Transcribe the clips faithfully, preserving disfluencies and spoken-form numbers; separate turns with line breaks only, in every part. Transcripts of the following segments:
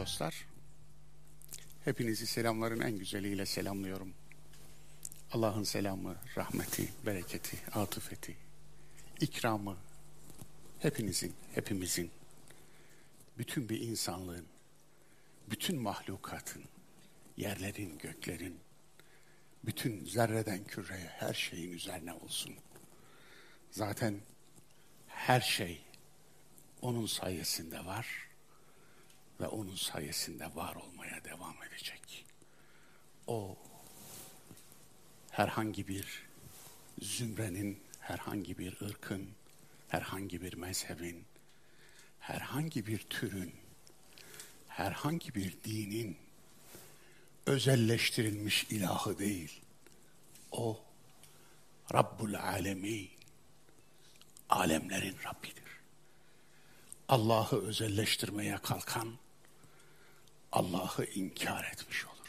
dostlar, hepinizi selamların en güzeliyle selamlıyorum. Allah'ın selamı, rahmeti, bereketi, atıfeti, ikramı hepinizin, hepimizin, bütün bir insanlığın, bütün mahlukatın, yerlerin, göklerin, bütün zerreden küreye her şeyin üzerine olsun. Zaten her şey onun sayesinde var ve onun sayesinde var olmaya devam edecek. O herhangi bir zümrenin, herhangi bir ırkın, herhangi bir mezhebin, herhangi bir türün, herhangi bir dinin özelleştirilmiş ilahı değil. O Rabbul Alemin, alemlerin Rabbidir. Allah'ı özelleştirmeye kalkan Allah'ı inkar etmiş olur.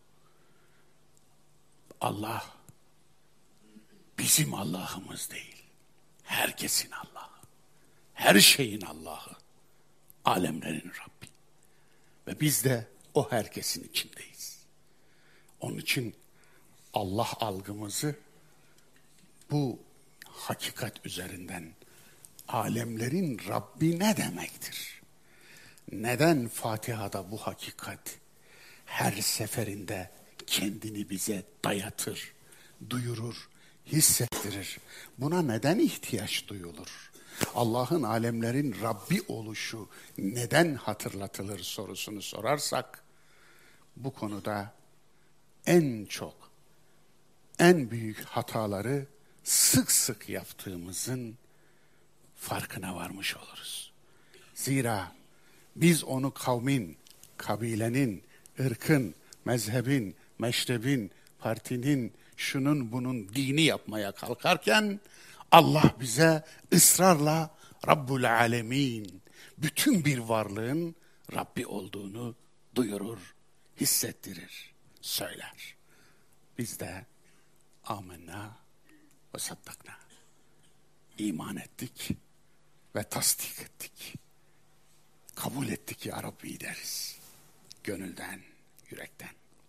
Allah bizim Allah'ımız değil. Herkesin Allah'ı. Her şeyin Allah'ı. Alemlerin Rabbi. Ve biz de o herkesin içindeyiz. Onun için Allah algımızı bu hakikat üzerinden alemlerin Rabbi ne demektir? Neden Fatiha'da bu hakikat her seferinde kendini bize dayatır, duyurur, hissettirir? Buna neden ihtiyaç duyulur? Allah'ın alemlerin Rabbi oluşu neden hatırlatılır sorusunu sorarsak, bu konuda en çok, en büyük hataları sık sık yaptığımızın farkına varmış oluruz. Zira biz onu kavmin, kabilenin, ırkın, mezhebin, meşrebin, partinin, şunun bunun dini yapmaya kalkarken Allah bize ısrarla Rabbul Alemin, bütün bir varlığın Rabbi olduğunu duyurur, hissettirir, söyler. Biz de amenna ve saddakna, iman ettik ve tasdik ettik. Kabul ettik ya Rabbi deriz. Gönülden, yürekten.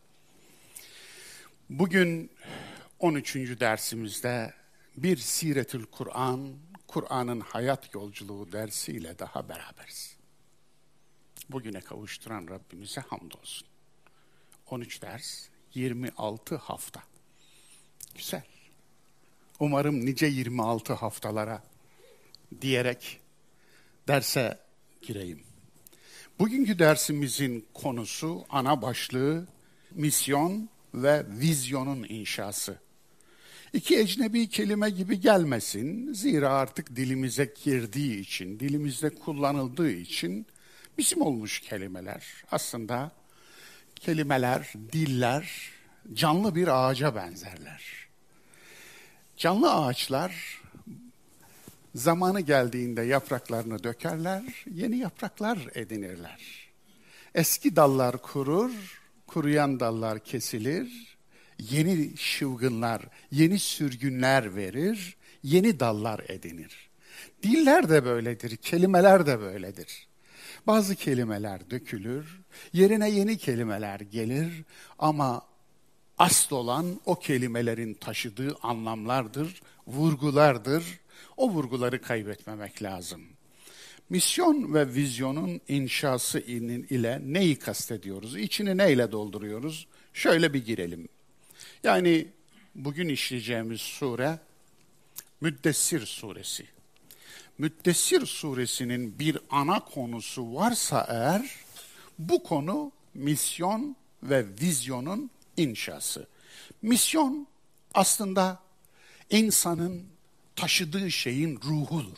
Bugün on üçüncü dersimizde bir Siretül Kur'an, Kur'an'ın hayat yolculuğu dersiyle daha beraberiz. Bugüne kavuşturan Rabbimize hamdolsun. on üç ders, yirmi altı hafta. Güzel. Umarım nice yirmi altı haftalara diyerek derse gireyim. Bugünkü dersimizin konusu, ana başlığı misyon ve vizyonun inşası. İki ecnebi kelime gibi gelmesin. Zira artık dilimize girdiği için, dilimizde kullanıldığı için bizim olmuş kelimeler. Aslında kelimeler, diller canlı bir ağaca benzerler. Canlı ağaçlar zamanı geldiğinde yapraklarını dökerler, yeni yapraklar edinirler. Eski dallar kurur, kuruyan dallar kesilir, yeni şıvgınlar, yeni sürgünler verir, yeni dallar edinir. Diller de böyledir, kelimeler de böyledir. Bazı kelimeler dökülür, yerine yeni kelimeler gelir ama asıl olan o kelimelerin taşıdığı anlamlardır, vurgulardır. O vurguları kaybetmemek lazım. Misyon ve vizyonun inşası ile neyi kastediyoruz? İçini neyle dolduruyoruz? Şöyle bir girelim. Yani bugün işleyeceğimiz sure Müddessir suresi. Müddessir suresinin bir ana konusu varsa eğer, bu konu misyon ve vizyonun inşası. Misyon aslında insanın taşıdığı şeyin ruhudur.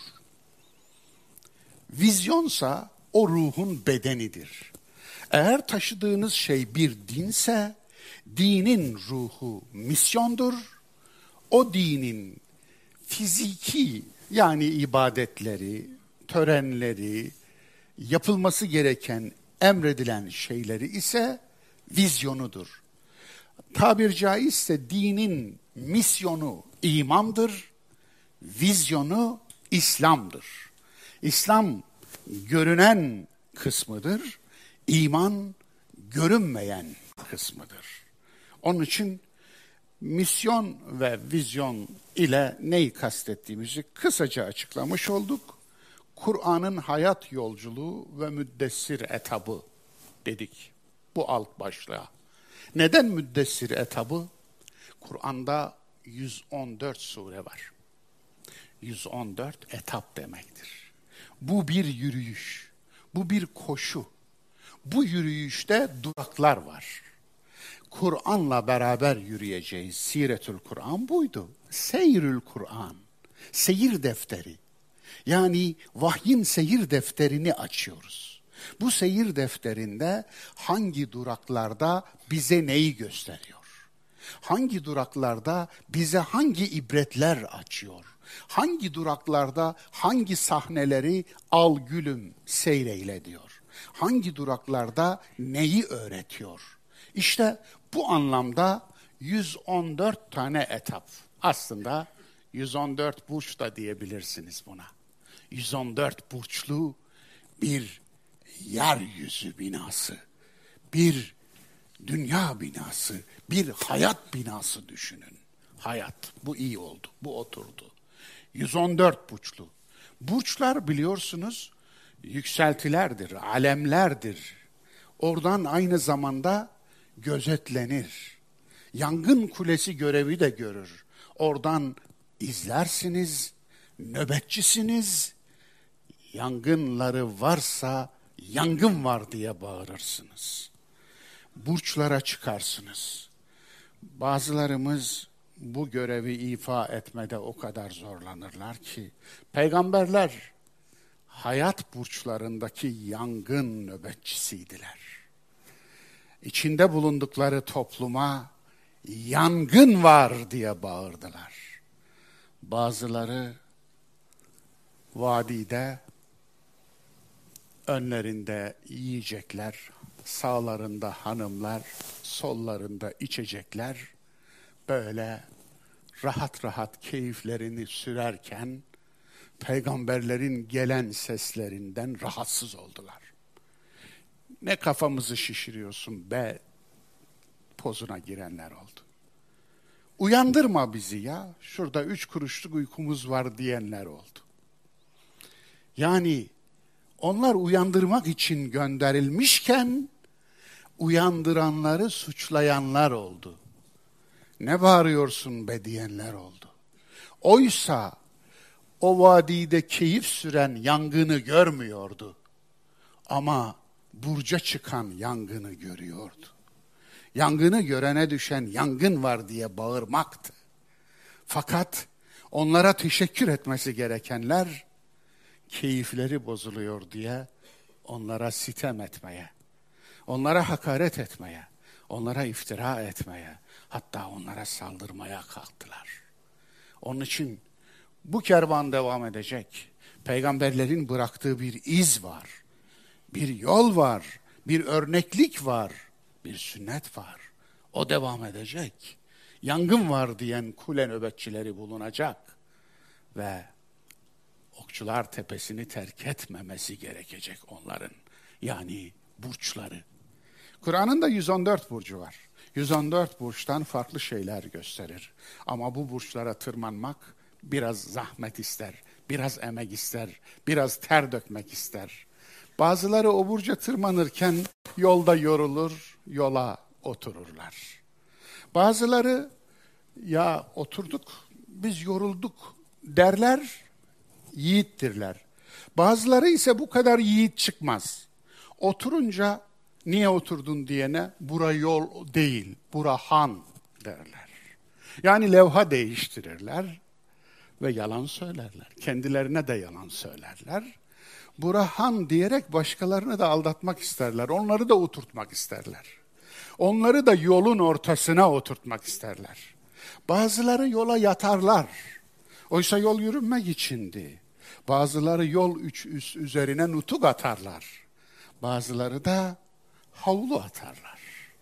Vizyonsa o ruhun bedenidir. Eğer taşıdığınız şey bir dinse, dinin ruhu misyondur. O dinin fiziki, yani ibadetleri, törenleri, yapılması gereken, emredilen şeyleri ise vizyonudur. Tabir caizse dinin misyonu imandır, vizyonu İslam'dır. İslam görünen kısmıdır, İman görünmeyen kısmıdır. Onun için misyon ve vizyon ile neyi kastettiğimizi kısaca açıklamış olduk. Kur'an'ın hayat yolculuğu ve müddessir etabı dedik bu alt başlığa. Neden müddessir etabı? Kur'an'da yüz on dört sure var. yüz on dört etap demektir. Bu bir yürüyüş, bu bir koşu. Bu yürüyüşte duraklar var. Kur'an'la beraber yürüyeceğiz. Siretül Kur'an buydu. Seyrül Kur'an, seyir defteri. Yani vahyin seyir defterini açıyoruz. Bu seyir defterinde hangi duraklarda bize neyi gösteriyor? Hangi duraklarda bize hangi ibretler açıyor? Hangi duraklarda hangi sahneleri al gülüm seyreyle diyor? Hangi duraklarda neyi öğretiyor? İşte bu anlamda yüz on dört tane etap. Aslında yüz on dört burç da diyebilirsiniz buna. yüz on dört burçlu bir yeryüzü binası, bir dünya binası, bir hayat binası düşünün. Hayat, bu iyi oldu, bu oturdu. yüz on dört burçlu. Burçlar biliyorsunuz yükseltilerdir, alemlerdir. Oradan aynı zamanda gözetlenir. Yangın kulesi görevi de görür. Oradan izlersiniz, nöbetçisiniz. Yangınları varsa yangın var diye bağırırsınız. Burçlara çıkarsınız. Bazılarımız bu görevi ifa etmede o kadar zorlanırlar ki peygamberler hayat burçlarındaki yangın nöbetçisiydiler. İçinde bulundukları topluma yangın var diye bağırdılar. Bazıları vadide önlerinde yiyecekler, sağlarında hanımlar, sollarında içecekler, böyle rahat rahat keyiflerini sürerken peygamberlerin gelen seslerinden rahatsız oldular. Ne kafamızı şişiriyorsun be pozuna girenler oldu. Uyandırma bizi ya, şurada üç kuruşluk uykumuz var diyenler oldu. Yani onlar uyandırmak için gönderilmişken uyandıranları suçlayanlar oldu. Ne bağırıyorsun be diyenler oldu. Oysa o vadide keyif süren yangını görmüyordu. Ama burca çıkan yangını görüyordu. Yangını görene düşen yangın var diye bağırmaktı. Fakat onlara teşekkür etmesi gerekenler keyifleri bozuluyor diye onlara sitem etmeye, onlara hakaret etmeye, onlara iftira etmeye, hatta onlara saldırmaya kalktılar. Onun için bu kervan devam edecek. Peygamberlerin bıraktığı bir iz var, bir yol var, bir örneklik var, bir sünnet var. O devam edecek. Yangın var diyen kule nöbetçileri bulunacak ve Okçular Tepesi'ni terk etmemesi gerekecek onların. Yani burçları. Kur'an'ın da yüz on dört burcu var. yüz on dört burçtan farklı şeyler gösterir. Ama bu burçlara tırmanmak biraz zahmet ister, biraz emek ister, biraz ter dökmek ister. Bazıları o burca tırmanırken yolda yorulur, yola otururlar. Bazıları ya oturduk, biz yorulduk derler, yiğittirler. Bazıları ise bu kadar yiğit çıkmaz. Oturunca niye oturdun diyene bura yol değil, bura han derler. Yani levha değiştirirler ve yalan söylerler. Kendilerine de yalan söylerler. Bura han diyerek başkalarını da aldatmak isterler. Onları da oturtmak isterler. Onları da yolun ortasına oturtmak isterler. Bazıları yola yatarlar. Oysa yol yürünmek içindi. Bazıları yol üç üst üzerine nutuk atarlar. Bazıları da havlu atarlar.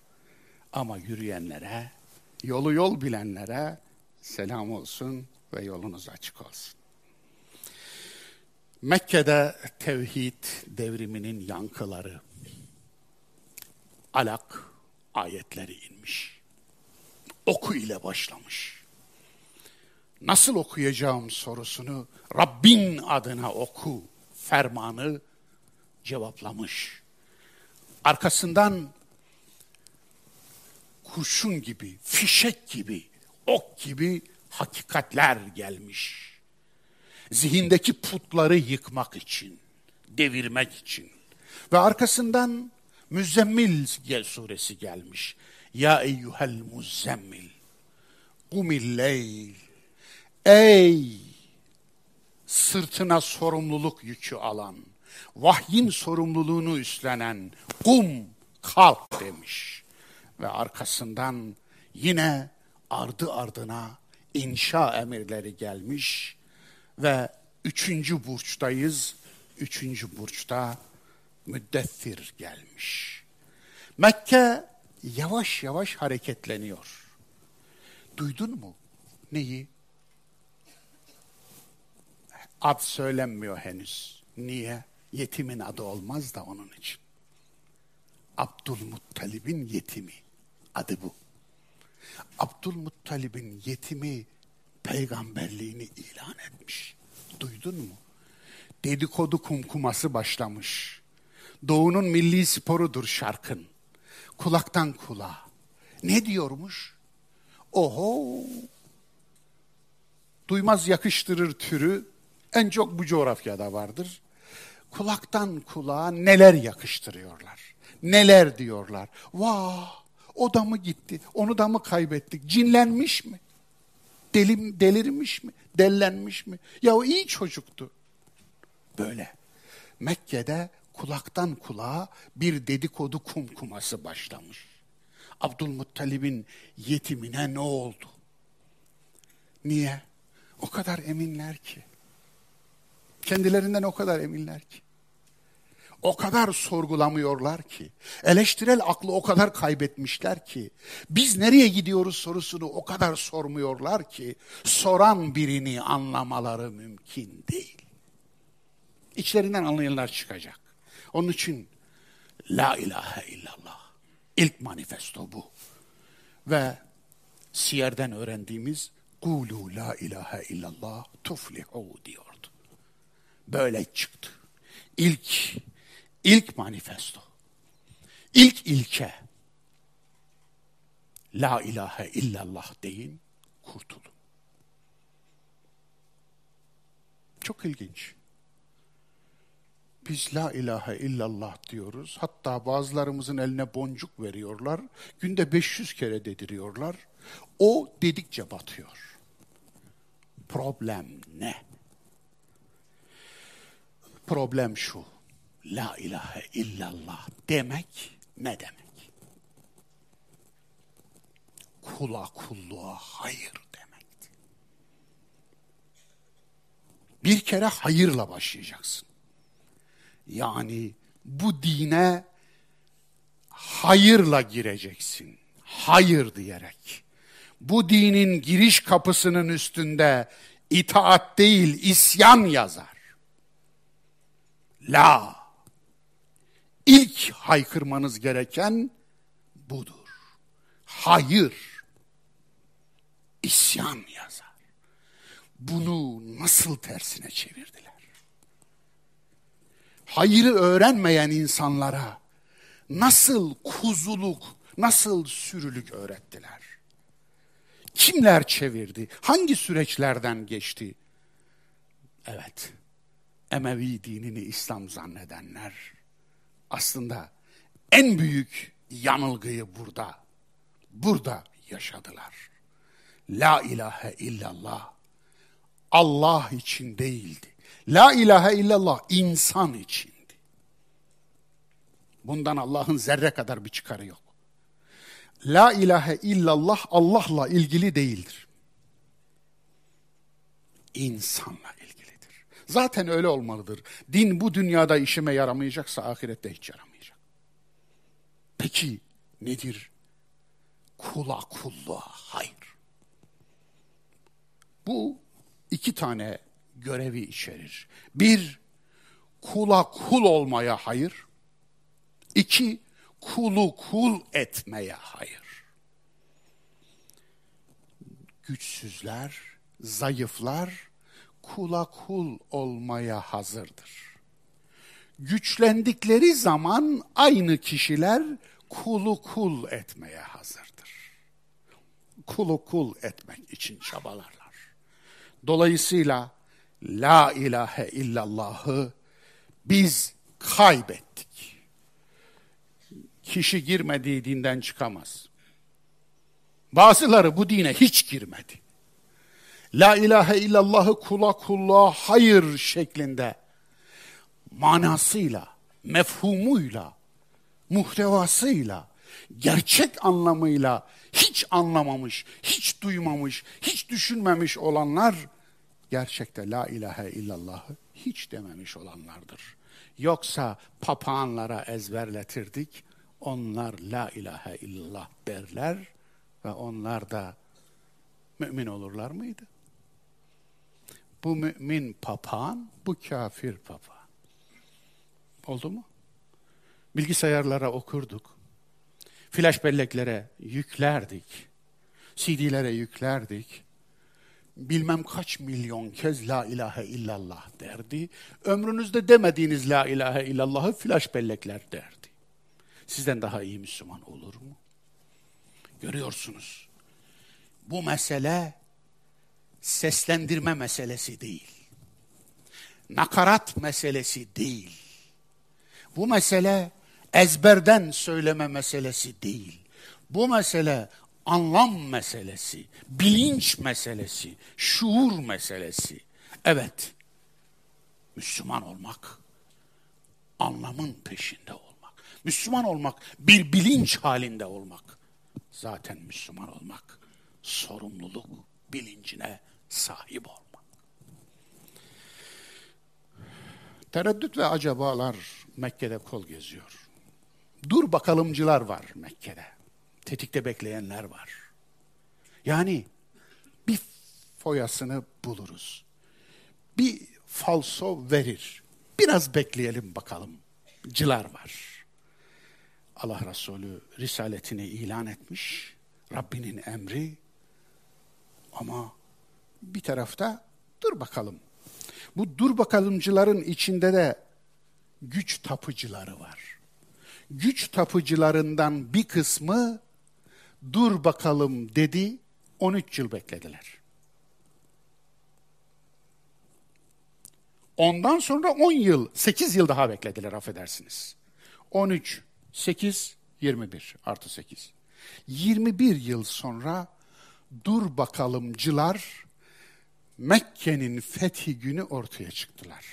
Ama yürüyenlere, yolu yol bilenlere selam olsun ve yolunuz açık olsun. Mekke'de tevhid devriminin yankıları, Alak ayetleri inmiş. Oku ile başlamış. Nasıl okuyacağım sorusunu Rabbin adına oku fermanı cevaplamış. Arkasından kurşun gibi, fişek gibi, ok gibi hakikatler gelmiş. Zihindeki putları yıkmak için, devirmek için. Ve arkasından Müzzemmil suresi gelmiş. Ya eyyuhel muzzemmil, kumil leyl. Ey sırtına sorumluluk yükü alan, vahyin sorumluluğunu üstlenen, kum, kalk demiş. Ve arkasından yine ardı ardına inşa emirleri gelmiş ve üçüncü burçtayız. Üçüncü burçta müddessir gelmiş. Mekke yavaş yavaş hareketleniyor. Duydun mu? Neyi? Ad söylenmiyor henüz. Niye? Yetimin adı olmaz da onun için. Abdülmuttalib'in yetimi. Adı bu. Abdülmuttalib'in yetimi peygamberliğini ilan etmiş. Duydun mu? Dedikodu kumkuması başlamış. Doğu'nun milli sporudur şarkın. Kulaktan kulağa. Ne diyormuş? Oho! Duymaz yakıştırır türü en çok bu coğrafyada vardır. Kulaktan kulağa neler yakıştırıyorlar. Neler diyorlar. Vah! O da mı gitti? Onu da mı kaybettik? Cinlenmiş mi? Deli, delirmiş mi? Dellenmiş mi? Ya o iyi çocuktu. Böyle. Mekke'de kulaktan kulağa bir dedikodu kumkuması başlamış. Abdülmuttalib'in yetimine ne oldu? Niye? O kadar eminler ki. Kendilerinden o kadar eminler ki. O kadar sorgulamıyorlar ki. Eleştirel aklı o kadar kaybetmişler ki. Biz nereye gidiyoruz sorusunu o kadar sormuyorlar ki. Soran birini anlamaları mümkün değil. İçlerinden anlayanlar çıkacak. Onun için La ilahe illallah. İlk manifesto bu. Ve siyerden öğrendiğimiz Kulu la ilahe illallah tuflihu diyordu. Böyle çıktı. İlk, ilk manifesto. İlk ilke. La ilahe illallah deyin, kurtulun. Çok ilginç. Biz la ilahe illallah diyoruz. Hatta bazılarımızın eline boncuk veriyorlar. Günde beş yüz kere dediriyorlar. O dedikçe batıyor. Problem ne? Problem şu. La ilahe illallah demek ne demek? Kula kulluğa hayır demekti. Bir kere hayırla başlayacaksın. Yani bu dine hayırla gireceksin. Hayır diyerek. Bu dinin giriş kapısının üstünde itaat değil isyan yazar. La. İlk haykırmanız gereken budur. Hayır. İsyan yazar. Bunu nasıl tersine çevirdiler? Hayırı öğrenmeyen insanlara nasıl kuzuluk, nasıl sürülük öğrettiler? Kimler çevirdi? Hangi süreçlerden geçti? Evet, Emevi dinini İslam zannedenler aslında en büyük yanılgıyı burada, burada yaşadılar. La ilahe illallah Allah için değildi. La ilahe illallah insan içindi. Bundan Allah'ın zerre kadar bir çıkarı yok. La ilahe illallah Allah'la ilgili değildir. İnsanla ilgilidir. Zaten öyle olmalıdır. Din bu dünyada işime yaramayacaksa ahirette hiç yaramayacak. Peki nedir? Kula kulluğa hayır. Bu iki tane görevi içerir. Bir, kula kul olmaya hayır. İki, kulu kul etmeye hayır. Güçsüzler, zayıflar kula kul olmaya hazırdır. Güçlendikleri zaman aynı kişiler kulu kul etmeye hazırdır. Kulu kul etmek için çabalarlar. Dolayısıyla la ilahe illallah'ı biz kaybettik. Kişi girmediği dinden çıkamaz. Bazıları bu dine hiç girmedi. La ilahe illallah'ı kula kulluğa hayır şeklinde manasıyla, mefhumuyla, muhtevasıyla, gerçek anlamıyla hiç anlamamış, hiç duymamış, hiç düşünmemiş olanlar gerçekte la ilahe illallah'ı hiç dememiş olanlardır. Yoksa papağanlara ezberletirdik, onlar la ilahe illallah derler ve onlar da mümin olurlar mıydı? Bu mümin papağan, bu kafir papağan. Oldu mu? Bilgisayarlara okurduk. Flash belleklere yüklerdik. C D'lere yüklerdik. Bilmem kaç milyon kez la ilahe illallah derdi. Ömrünüzde demediğiniz la ilahe illallah'ı flash bellekler derdi. Sizden daha iyi Müslüman olur mu? Görüyorsunuz. Bu mesele seslendirme meselesi değil. Nakarat meselesi değil. Bu mesele ezberden söyleme meselesi değil. Bu mesele anlam meselesi, bilinç meselesi, şuur meselesi. Evet, Müslüman olmak, anlamın peşinde olmak. Müslüman olmak, bir bilinç halinde olmak. Zaten Müslüman olmak, sorumluluk bilincine sahip olmak. Tereddüt ve acabalar Mekke'de kol geziyor. Dur bakalımcılar var Mekke'de. Tetikte bekleyenler var. Yani bir foyasını buluruz. Bir falso verir. Biraz bekleyelim bakalım. Cılar var. Allah Resulü risaletini ilan etmiş. Rabbinin emri. Ama bir tarafta dur bakalım. Bu dur bakalımcıların içinde de güç tapıcıları var. Güç tapıcılarından bir kısmı dur bakalım dedi, on üç yıl beklediler. Ondan sonra on yıl, sekiz yıl daha beklediler affedersiniz. on üç, sekiz, yirmi bir artı sekiz. yirmi bir yıl sonra dur bakalımcılar Mekke'nin fethi günü ortaya çıktılar.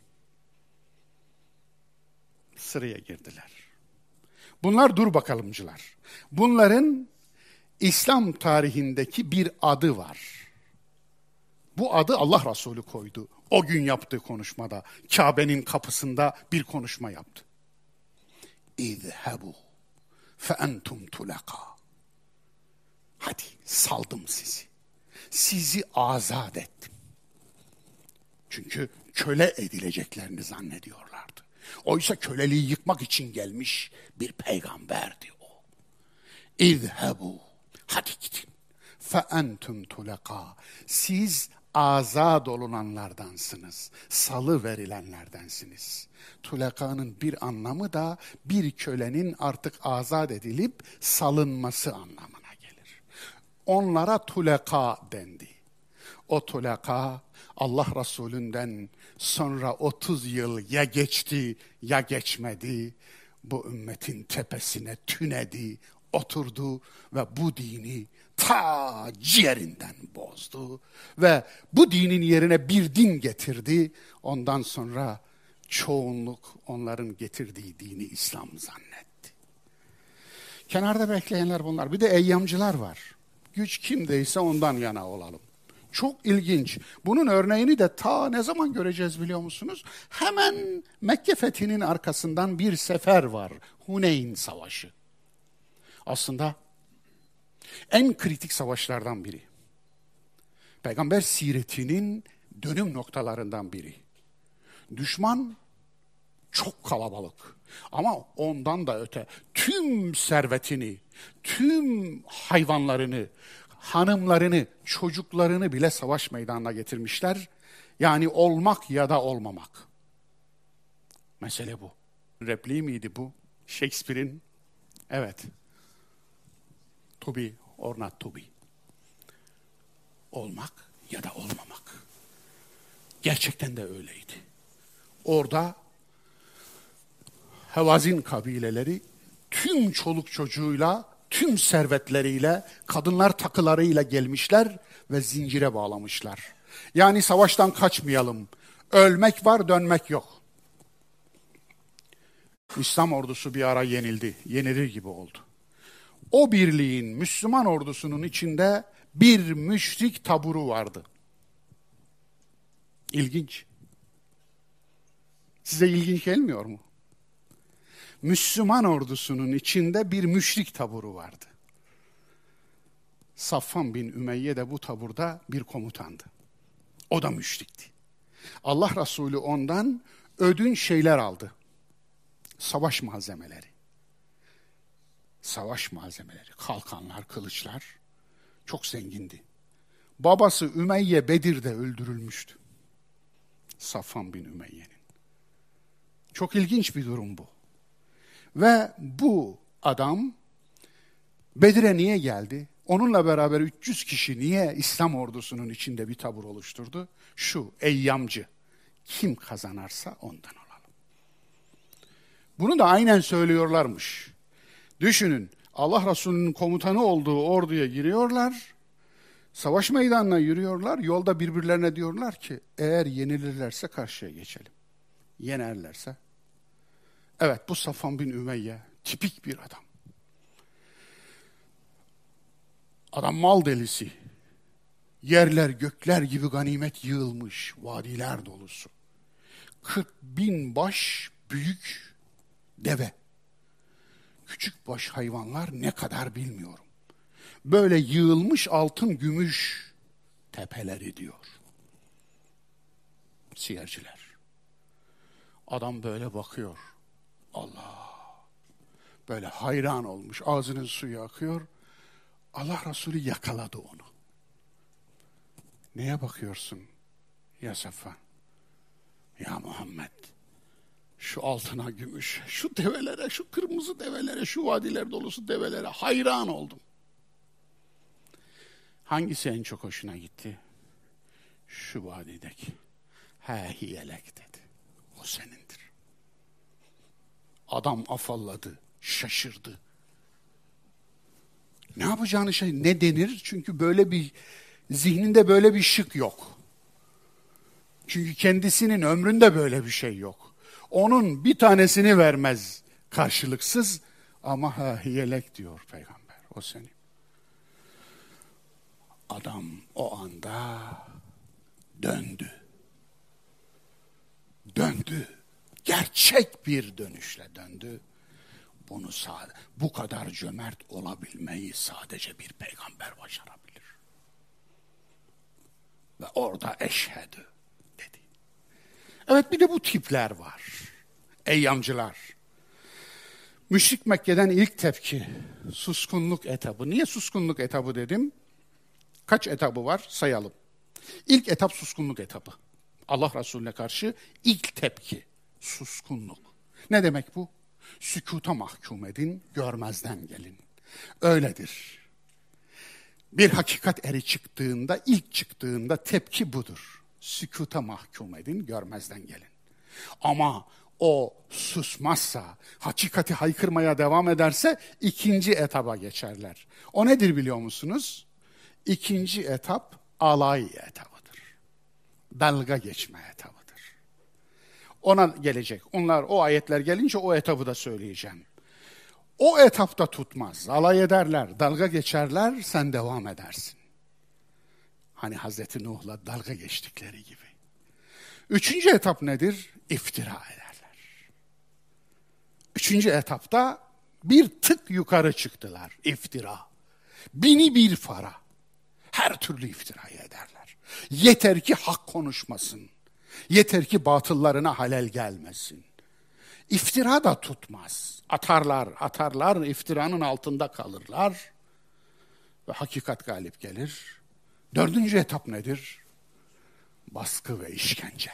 Sıraya girdiler. Bunlar dur bakalımcılar. Bunların İslam tarihindeki bir adı var. Bu adı Allah Resulü koydu. O gün yaptığı konuşmada, Kabe'nin kapısında bir konuşma yaptı. İzhebu fe entum tulaka. Hadi saldım sizi. Sizi azat ettim. Çünkü köle edileceklerini zannediyorlardı. Oysa köleliği yıkmak için gelmiş bir peygamberdi o. İzhebu. Hadi gidin. Fe entum tulaka. Siz azad olunanlardansınız. Salı verilenlerdensiniz. Tulakanın bir anlamı da bir kölenin artık azat edilip salınması anlamına gelir. Onlara tulaka dendi. O tulaka Allah Resulü'nden sonra otuz yıl ya geçti ya geçmedi. Bu ümmetin tepesine tünedi, oturdu ve bu dini ta ciğerinden bozdu. Ve bu dinin yerine bir din getirdi. Ondan sonra çoğunluk onların getirdiği dini İslam zannetti. Kenarda bekleyenler bunlar. Bir de eyyamcılar var. Güç kimdeyse ondan yana olalım. Çok ilginç. Bunun örneğini de ta ne zaman göreceğiz biliyor musunuz? Hemen Mekke fethinin arkasından bir sefer var. Huneyn Savaşı. Aslında en kritik savaşlardan biri. Peygamber siretinin dönüm noktalarından biri. Düşman çok kalabalık. Ama ondan da öte tüm servetini, tüm hayvanlarını, hanımlarını, çocuklarını bile savaş meydanına getirmişler. Yani olmak ya da olmamak. Mesele bu. Repliği miydi bu? Shakespeare'in. Evet. To be or not to be. Olmak ya da olmamak. Gerçekten de öyleydi. Orada Hevazin kabileleri tüm çoluk çocuğuyla, tüm servetleriyle, kadınlar takılarıyla gelmişler ve zincire bağlamışlar. Yani savaştan kaçmayalım. Ölmek var, dönmek yok. İslam ordusu bir ara yenildi. Yenilir gibi oldu. O birliğin, Müslüman ordusunun içinde bir müşrik taburu vardı. İlginç. Size ilginç gelmiyor mu? Müslüman ordusunun içinde bir müşrik taburu vardı. Safvan bin Ümeyye de bu taburda bir komutandı. O da müşrikti. Allah Resulü ondan ödünç şeyler aldı. Savaş malzemeleri. Savaş malzemeleri, kalkanlar, kılıçlar. Çok zengindi. Babası Ümeyye Bedir'de öldürülmüştü. Safvan bin Ümeyye'nin. Çok ilginç bir durum bu. Ve bu adam Bedir'e niye geldi? Onunla beraber üç yüz kişi niye İslam ordusunun içinde bir tabur oluşturdu? Şu, eyyamcı. Kim kazanırsa ondan olalım. Bunu da aynen söylüyorlarmış. Düşünün, Allah Resulü'nün komutanı olduğu orduya giriyorlar, savaş meydanına yürüyorlar, yolda birbirlerine diyorlar ki, eğer yenilirlerse karşıya geçelim. Yenerlerse. Evet, bu Safvan bin Ümeyye, tipik bir adam. Adam mal delisi. Yerler gökler gibi ganimet yığılmış, vadiler dolusu. kırk bin baş büyük deve. Küçük baş hayvanlar ne kadar bilmiyorum. Böyle yığılmış altın gümüş tepeleri diyor. Siyerciler. Adam böyle bakıyor. Allah. Böyle hayran olmuş. Ağzının suyu akıyor. Allah Resulü yakaladı onu. Neye bakıyorsun ya Safvan? Ya Muhammed. Şu altına gümüş, şu develere, şu kırmızı develere, şu vadiler dolusu develere hayran oldum. Hangisi en çok hoşuna gitti? Şu vadideki. He hiyelek dedi. O senindir. Adam afalladı, şaşırdı. Ne yapacağını şey ne denir? Çünkü böyle bir zihninde böyle bir şık yok. Çünkü kendisinin ömründe böyle bir şey yok. Onun bir tanesini vermez karşılıksız ama ha hiyelek diyor peygamber. O senin. Adam o anda döndü. Döndü. Gerçek bir dönüşle döndü. Bunu sade, bu kadar cömert olabilmeyi sadece bir peygamber başarabilir. Ve orada eşhedü dedi. Evet, bir de bu tipler var. Eyyamcılar. Müşrik Mekke'den ilk tepki suskunluk etabı. Niye suskunluk etabı dedim? Kaç etabı var? Sayalım. İlk etap suskunluk etabı. Allah Resulüne karşı ilk tepki suskunluk. Ne demek bu? Sükuta mahkum edin, görmezden gelin. Öyledir. Bir hakikat eri çıktığında, ilk çıktığında tepki budur. Sükuta mahkum edin, görmezden gelin. Ama o susmazsa, hakikati haykırmaya devam ederse ikinci etaba geçerler. O nedir biliyor musunuz? İkinci etap alay etabıdır. Dalga geçme etabıdır. Ona gelecek. Onlar o ayetler gelince o etabı da söyleyeceğim. O etapta tutmaz. Alay ederler, dalga geçerler, sen devam edersin. Hani Hazreti Nuh'la dalga geçtikleri gibi. Üçüncü etap nedir? İftira ederler. Üçüncü etapta bir tık yukarı çıktılar. İftira. Bini bir fara. Her türlü iftirayı ederler. Yeter ki hak konuşmasın. Yeter ki batıllarına halel gelmesin. İftira da tutmaz. Atarlar, atarlar, iftiranın altında kalırlar. Ve hakikat galip gelir. Dördüncü etap nedir? Baskı ve işkence.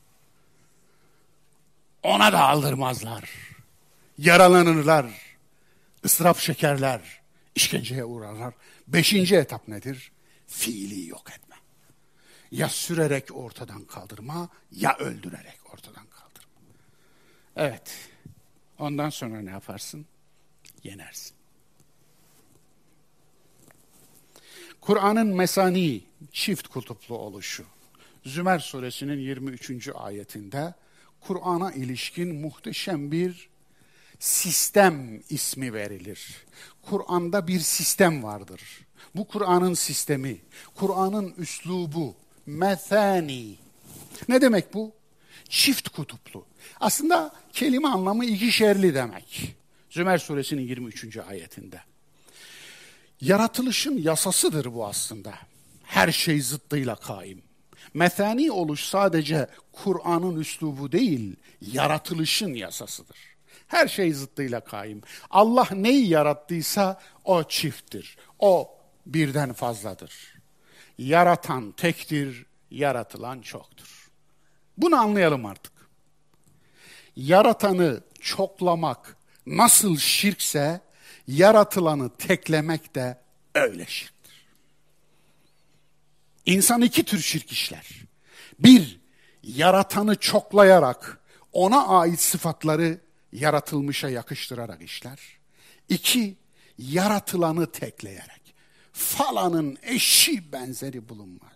Ona da aldırmazlar. Yaralanırlar. Israf şekerler. İşkenceye uğrarlar. Beşinci etap nedir? Fiili yok etme. Ya sürerek ortadan kaldırma, ya öldürerek ortadan kaldırma. Evet. Ondan sonra ne yaparsın? Yenersin. Kur'an'ın mesani, çift kutuplu oluşu. Zümer suresinin yirmi üçüncü ayetinde Kur'an'a ilişkin muhteşem bir sistem ismi verilir. Kur'an'da bir sistem vardır. Bu Kur'an'ın sistemi, Kur'an'ın üslubu, mesani. Ne demek bu? Çift kutuplu. Aslında kelime anlamı ikişerli demek. Zümer suresinin yirmi üçüncü ayetinde. Yaratılışın yasasıdır bu aslında. Her şey zıttıyla kaim. Methani oluş sadece Kur'an'ın üslubu değil, yaratılışın yasasıdır. Her şey zıttıyla kaim. Allah neyi yarattıysa o çifttir. O birden fazladır. Yaratan tektir, yaratılan çoktur. Bunu anlayalım artık. Yaratanı çoklamak nasıl şirkse, yaratılanı teklemek de öyle şirktir. İnsan iki tür şirk işler. Bir, yaratanı çoklayarak ona ait sıfatları yaratılmışa yakıştırarak işler. İki, yaratılanı tekleyerek. Falanın eşi benzeri bulunmaz.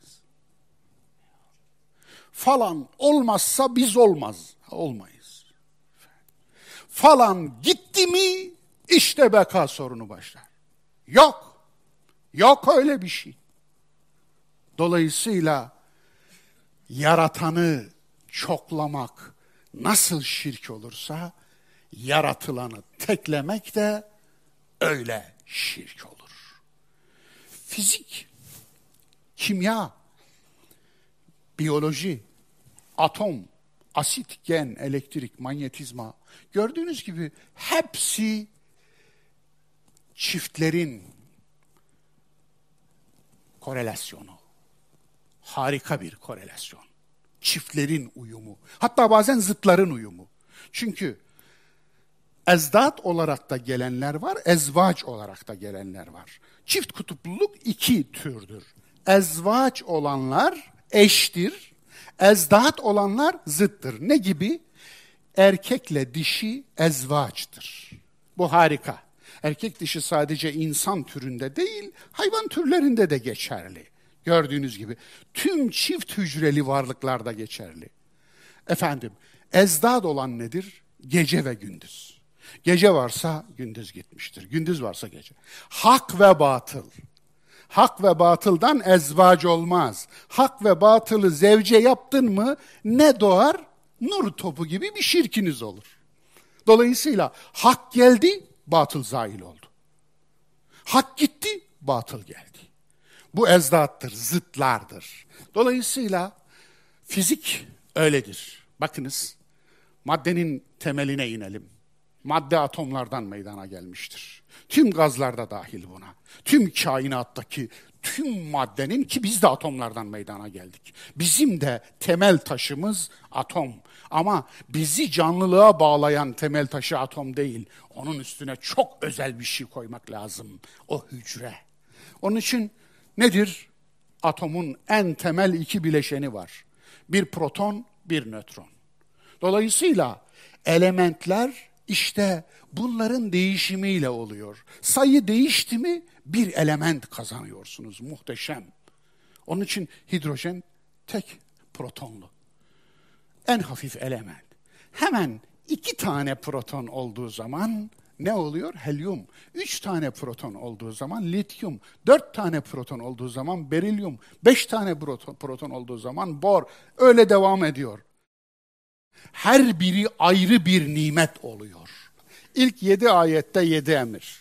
Falan olmazsa biz olmaz. Olmayız. Falan gitti mi işte beka sorunu başlar. Yok. Yok öyle bir şey. Dolayısıyla yaratanı çoklamak nasıl şirk olursa yaratılanı teklemek de öyle şirk olur. Fizik, kimya, biyoloji, atom, asit, gen, elektrik, manyetizma, gördüğünüz gibi hepsi çiftlerin korelasyonu. Harika bir korelasyon. Çiftlerin uyumu. Hatta bazen zıtların uyumu. Çünkü ezdat olarak da gelenler var, ezvaç olarak da gelenler var. Çift kutupluluk iki türdür. Ezvaç olanlar eştir, ezdat olanlar zıttır. Ne gibi? Erkekle dişi ezvaçtır. Bu harika. Erkek dişi sadece insan türünde değil, hayvan türlerinde de geçerli. Gördüğünüz gibi tüm çift hücreli varlıklarda geçerli. Efendim, ezdad olan nedir? Gece ve gündüz. Gece varsa gündüz gitmiştir. Gündüz varsa gece. Hak ve batıl. Hak ve batıldan ezvac olmaz. Hak ve batılı zevce yaptın mı ne doğar? Nur topu gibi bir şirkiniz olur. Dolayısıyla hak geldi, batıl zail oldu. Hak gitti, batıl geldi. Bu ezdattır, zıtlardır. Dolayısıyla fizik öyledir. Bakınız, maddenin temeline inelim. Madde atomlardan meydana gelmiştir. Tüm gazlar da dahil buna. Tüm kainattaki tüm maddenin, ki biz de atomlardan meydana geldik. Bizim de temel taşımız atom. Ama bizi canlılığa bağlayan temel taşı atom değil. Onun üstüne çok özel bir şey koymak lazım. O hücre. Onun için nedir? Atomun en temel iki bileşeni var. Bir proton, bir nötron. Dolayısıyla elementler işte bunların değişimiyle oluyor. Sayı değişti mi bir element kazanıyorsunuz. Muhteşem. Onun için hidrojen tek protonlu. En hafif element. Hemen iki tane proton olduğu zaman ne oluyor? Helyum. Üç tane proton olduğu zaman lityum. Dört tane proton olduğu zaman berilyum. Beş tane proton, proton olduğu zaman bor. Öyle devam ediyor. Her biri ayrı bir nimet oluyor. İlk yedi ayette yedi emir.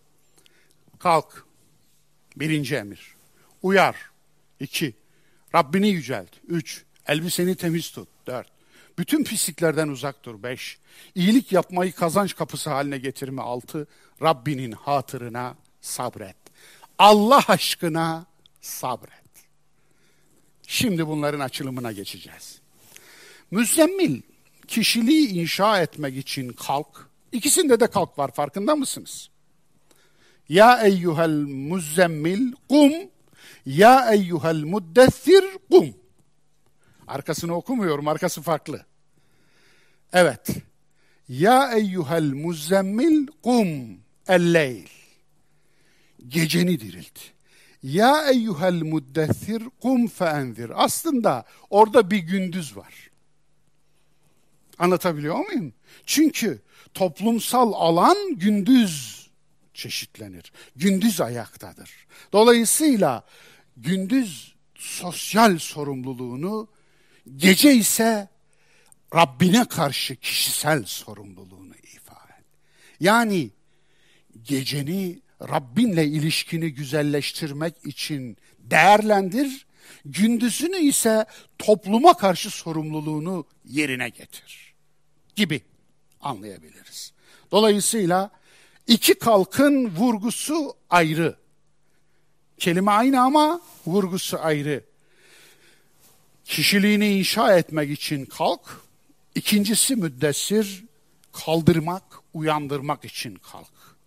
Kalk. Birinci emir. Uyar. İki. Rabbini yücelt. Üç. Elbiseni temiz tut. Dört. Bütün pisliklerden uzak dur. Beş, iyilik yapmayı kazanç kapısı haline getirme. Altı, Rabbinin hatırına sabret. Allah aşkına sabret. Şimdi bunların açılımına geçeceğiz. Müzzemmil, kişiliği inşa etmek için kalk. İkisinde de kalk var, farkında mısınız? Ya eyyuhel muzzemmil kum, ya eyyuhel muddessir kum. Arkasını okumuyorum, arkası farklı. Evet. Ya eyyuhel muzzemmil kum el-leyl. Geceni dirilt. Ya eyyuhel muddessir kum feenzir. Aslında orada bir gündüz var. Anlatabiliyor muyum? Çünkü toplumsal alan gündüz çeşitlenir. Gündüz ayaktadır. Dolayısıyla gündüz sosyal sorumluluğunu, gece ise Rabbine karşı kişisel sorumluluğunu ifade et. Yani geceni Rabbinle ilişkini güzelleştirmek için değerlendir, gündüzünü ise topluma karşı sorumluluğunu yerine getir gibi anlayabiliriz. Dolayısıyla iki kalkın vurgusu ayrı. Kelime aynı ama vurgusu ayrı. Kişiliğini inşa etmek için kalk. İkincisi müddessir, kaldırmak, uyandırmak için kalk.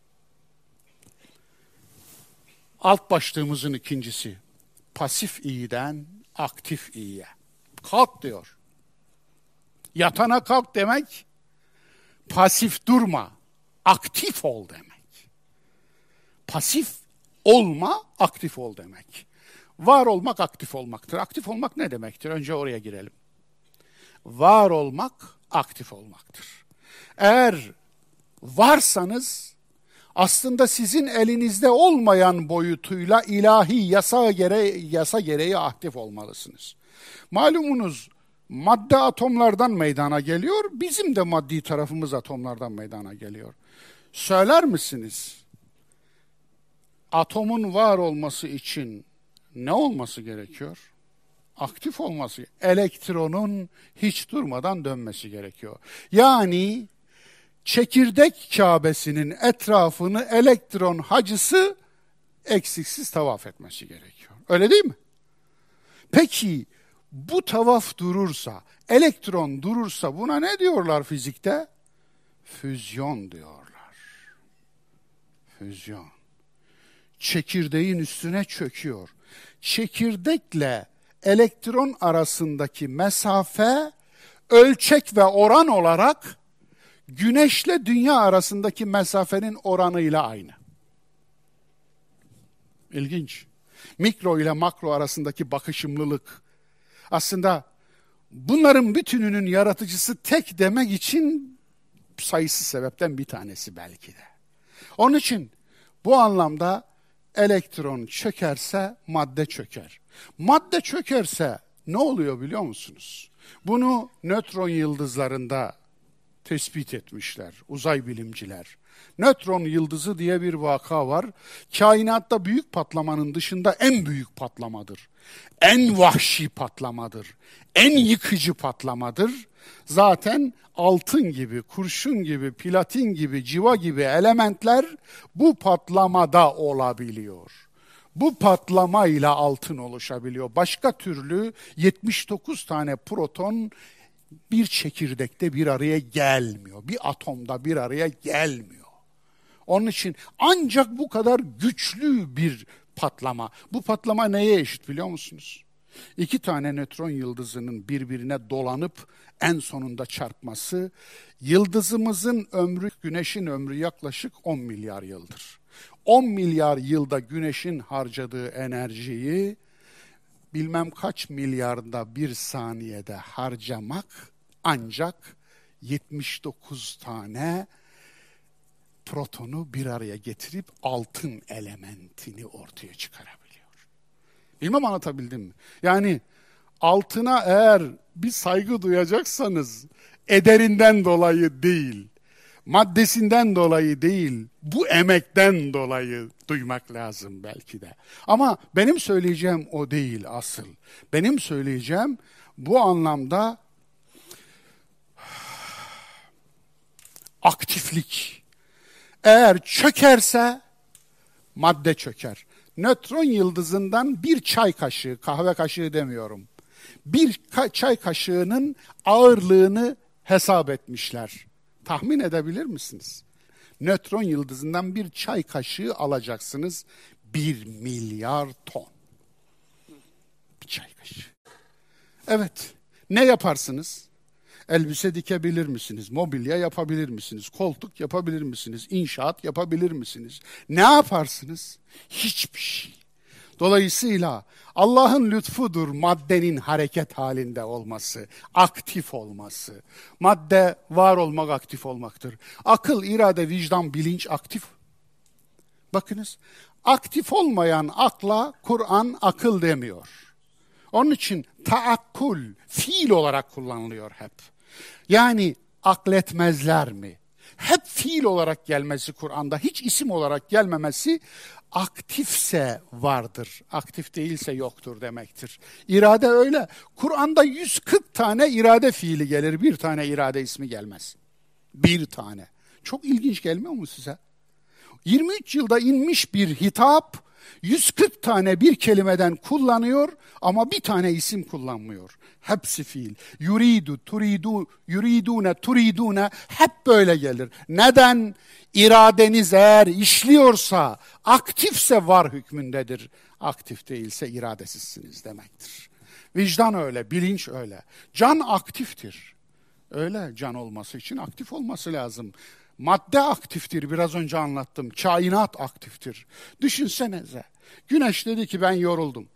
Alt başlığımızın ikincisi, pasif iyiden aktif iyiye. Kalk diyor. Yatana kalk demek, pasif durma, aktif ol demek. Pasif olma, aktif ol demek. Var olmak aktif olmaktır. Aktif olmak ne demektir? Önce oraya girelim. Var olmak aktif olmaktır. Eğer varsanız aslında sizin elinizde olmayan boyutuyla ilahi yasa gereği, yasa gereği aktif olmalısınız. Malumunuz madde atomlardan meydana geliyor, bizim de maddi tarafımız atomlardan meydana geliyor. Söyler misiniz? Atomun var olması için ne olması gerekiyor? Aktif olması, elektronun hiç durmadan dönmesi gerekiyor. Yani çekirdek Kâbesinin etrafını elektron hacısı eksiksiz tavaf etmesi gerekiyor. Öyle değil mi? Peki bu tavaf durursa, elektron durursa buna ne diyorlar fizikte? Füzyon diyorlar. Füzyon. Çekirdeğin üstüne çöküyor. Çekirdekle elektron arasındaki mesafe ölçek ve oran olarak Güneşle dünya arasındaki mesafenin oranıyla aynı. İlginç. Mikro ile makro arasındaki bakışımlılık. Aslında bunların bütününün yaratıcısı tek demek için sayısız sebepten bir tanesi belki de. Onun için bu anlamda elektron çökerse madde çöker. Madde çökerse ne oluyor biliyor musunuz? Bunu nötron yıldızlarında tespit etmişler uzay bilimciler. Nötron yıldızı diye bir vaka var. Kainatta büyük patlamanın dışında en büyük patlamadır. En vahşi patlamadır. En yıkıcı patlamadır. Zaten altın gibi, kurşun gibi, platin gibi, civa gibi elementler bu patlamada olabiliyor. Bu patlamayla altın oluşabiliyor. Başka türlü yetmiş dokuz tane proton bir çekirdekte bir araya gelmiyor. Bir atomda bir araya gelmiyor. Onun için ancak bu kadar güçlü bir patlama. Bu patlama neye eşit biliyor musunuz? İki tane nötron yıldızının birbirine dolanıp en sonunda çarpması, yıldızımızın ömrü, güneşin ömrü yaklaşık on milyar yıldır. on milyar yılda güneşin harcadığı enerjiyi bilmem kaç milyarda bir saniyede harcamak ancak yetmiş dokuz tane protonu bir araya getirip altın elementini ortaya çıkarabiliyor. Bilmem anlatabildim mi? Yani altına eğer bir saygı duyacaksanız ederinden dolayı değil, maddesinden dolayı değil, bu emekten dolayı duymak lazım belki de. Ama benim söyleyeceğim o değil asıl. Benim söyleyeceğim bu anlamda aktiflik. Eğer çökerse madde çöker. Nötron yıldızından bir çay kaşığı, kahve kaşığı demiyorum, bir ka- çay kaşığının ağırlığını hesap etmişler. Tahmin edebilir misiniz? Nötron yıldızından bir çay kaşığı alacaksınız. Bir milyar ton. Bir çay kaşığı. Evet. Ne yaparsınız? Elbise dikebilir misiniz? Mobilya yapabilir misiniz? Koltuk yapabilir misiniz? İnşaat yapabilir misiniz? Ne yaparsınız? Hiçbir şey. Dolayısıyla Allah'ın lütfudur maddenin hareket halinde olması, aktif olması. Madde var olmak, aktif olmaktır. Akıl, irade, vicdan, bilinç aktif. Bakınız, aktif olmayan akla Kur'an akıl demiyor. Onun için taakkul, fiil olarak kullanılıyor hep. Yani akletmezler mi? Hep fiil olarak gelmesi Kur'an'da, hiç isim olarak gelmemesi, aktifse vardır, aktif değilse yoktur demektir. İrade öyle. Kur'an'da yüz kırk tane irade fiili gelir, bir tane irade ismi gelmez. Bir tane. Çok ilginç gelmiyor mu size? yirmi üç yılda inmiş bir hitap, yüz kırk tane bir kelimeden kullanıyor ama bir tane isim kullanmıyor. Hepsi fiil. Yuridu, turidu, yuridune, turidune hep böyle gelir. Neden? İradeniz eğer işliyorsa, aktifse var hükmündedir. Aktif değilse iradesizsiniz demektir. Vicdan öyle, bilinç öyle. Can aktiftir. Öyle, can olması için aktif olması lazım. Madde aktiftir, biraz önce anlattım. Kainat aktiftir. Düşünsenize. Güneş dedi ki ben yoruldum.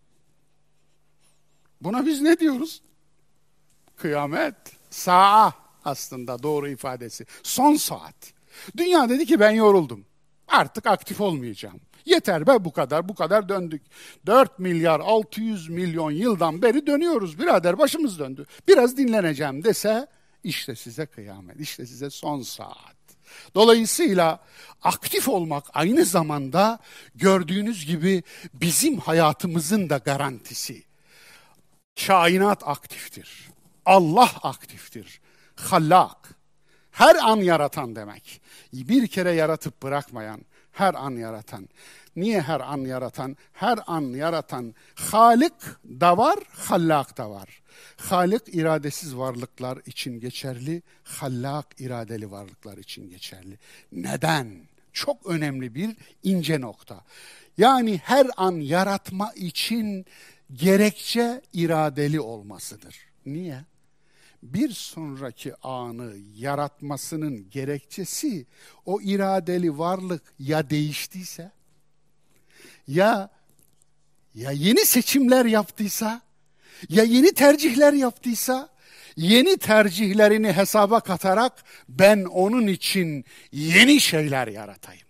Buna biz ne diyoruz? Kıyamet. Sa'a aslında doğru ifadesi. Son saat. Dünya dedi ki ben yoruldum. Artık aktif olmayacağım. Yeter be bu kadar, bu kadar döndük. dört milyar altı yüz milyon yıldan beri dönüyoruz birader, başımız döndü. Biraz dinleneceğim dese, işte size kıyamet, işte size son saat. Dolayısıyla aktif olmak aynı zamanda gördüğünüz gibi bizim hayatımızın da garantisi. Kainat aktiftir. Allah aktiftir. Hallak. Her an yaratan demek. Bir kere yaratıp bırakmayan, her an yaratan. Niye her an yaratan? Her an yaratan Halik da var, Hallak da var. Halik iradesiz varlıklar için geçerli, Hallak iradeli varlıklar için geçerli. Neden? Çok önemli bir ince nokta. Yani her an yaratma için gerekçe iradeli olmasıdır. Niye? Bir sonraki anı yaratmasının gerekçesi o iradeli varlık ya değiştiyse, ya ya yeni seçimler yaptıysa, ya yeni tercihler yaptıysa, yeni tercihlerini hesaba katarak ben onun için yeni şeyler yaratayım.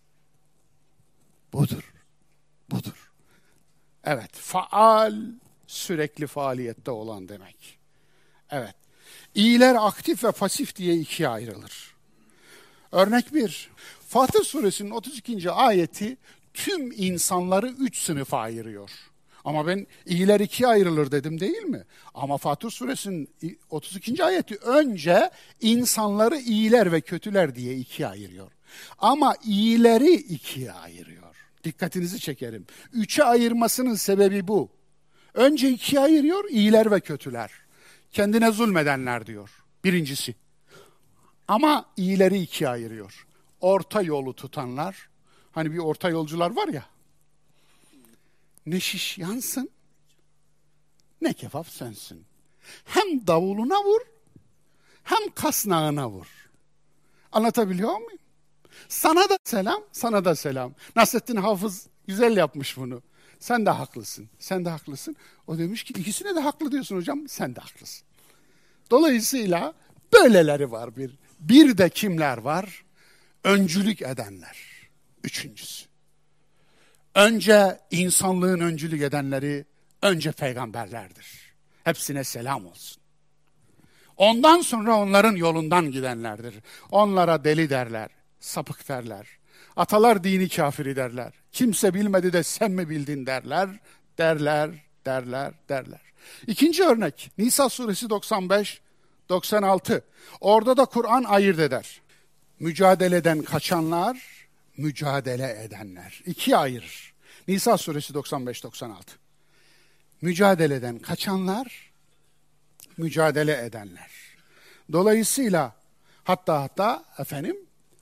Budur. Budur. Evet, faal, sürekli faaliyette olan demek. Evet. İyiler aktif ve pasif diye ikiye ayrılır. Örnek bir, Fatır Suresinin otuz ikinci ayeti tüm insanları üç sınıfa ayırıyor. Ama ben iyiler ikiye ayrılır dedim değil mi? Ama Fatır Suresinin otuz ikinci ayeti önce insanları iyiler ve kötüler diye ikiye ayırıyor. Ama iyileri ikiye ayırıyor. Dikkatinizi çekerim. Üçe ayırmasının sebebi bu. Önce ikiye ayırıyor, iyiler ve kötüler. Kendine zulmedenler diyor. Birincisi. Ama iyileri ikiye ayırıyor. Orta yolu tutanlar, hani bir orta yolcular var ya, ne şiş yansın, ne kebap sönsün. Hem davuluna vur, hem kasnağına vur. Anlatabiliyor muyum? Sana da selam, sana da selam. Nasrettin Hafız güzel yapmış bunu. Sen de haklısın, sen de haklısın. O demiş ki ikisine de haklı diyorsun hocam, sen de haklısın. Dolayısıyla böyleleri var bir. Bir de kimler var? Öncülük edenler. Üçüncüsü. Önce insanlığın öncülük edenleri önce peygamberlerdir. Hepsine selam olsun. Ondan sonra onların yolundan gidenlerdir. Onlara deli derler, sapık derler. Atalar dini kafiri derler. Kimse bilmedi de sen mi bildin derler, derler, derler, derler. İkinci örnek Nisa suresi doksan beş doksan altı. Orada da Kur'an ayırt eder. Mücadeleden kaçanlar, mücadele edenler. İkiye ayırır. Nisa suresi doksan beş doksan altı. Mücadeleden kaçanlar, mücadele edenler. Dolayısıyla hatta hatta efendim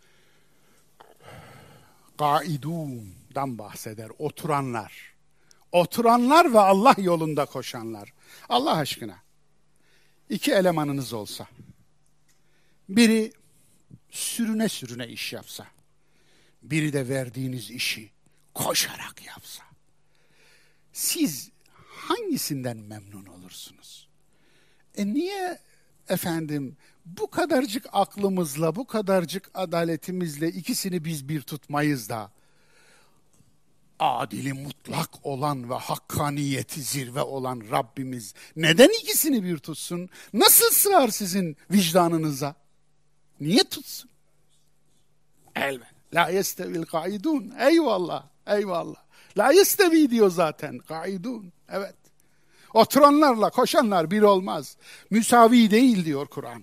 gaidundan bahseder. Oturanlar. Oturanlar ve Allah yolunda koşanlar. Allah aşkına iki elemanınız olsa, biri sürüne sürüne iş yapsa, biri de verdiğiniz işi koşarak yapsa, siz hangisinden memnun olursunuz? E niye efendim bu kadarcık aklımızla, bu kadarcık adaletimizle ikisini biz bir tutmayız da, adili mutlak olan ve hakkaniyeti zirve olan Rabbimiz neden ikisini bir tutsun? Nasıl sığar sizin vicdanınıza? Niye tutsun? Elbette. La yestevil kaidun. Eyvallah, eyvallah. La yestevi diyor zaten. Kaidun. Evet. Oturanlarla koşanlar bir olmaz. Müsavi değil diyor Kur'an.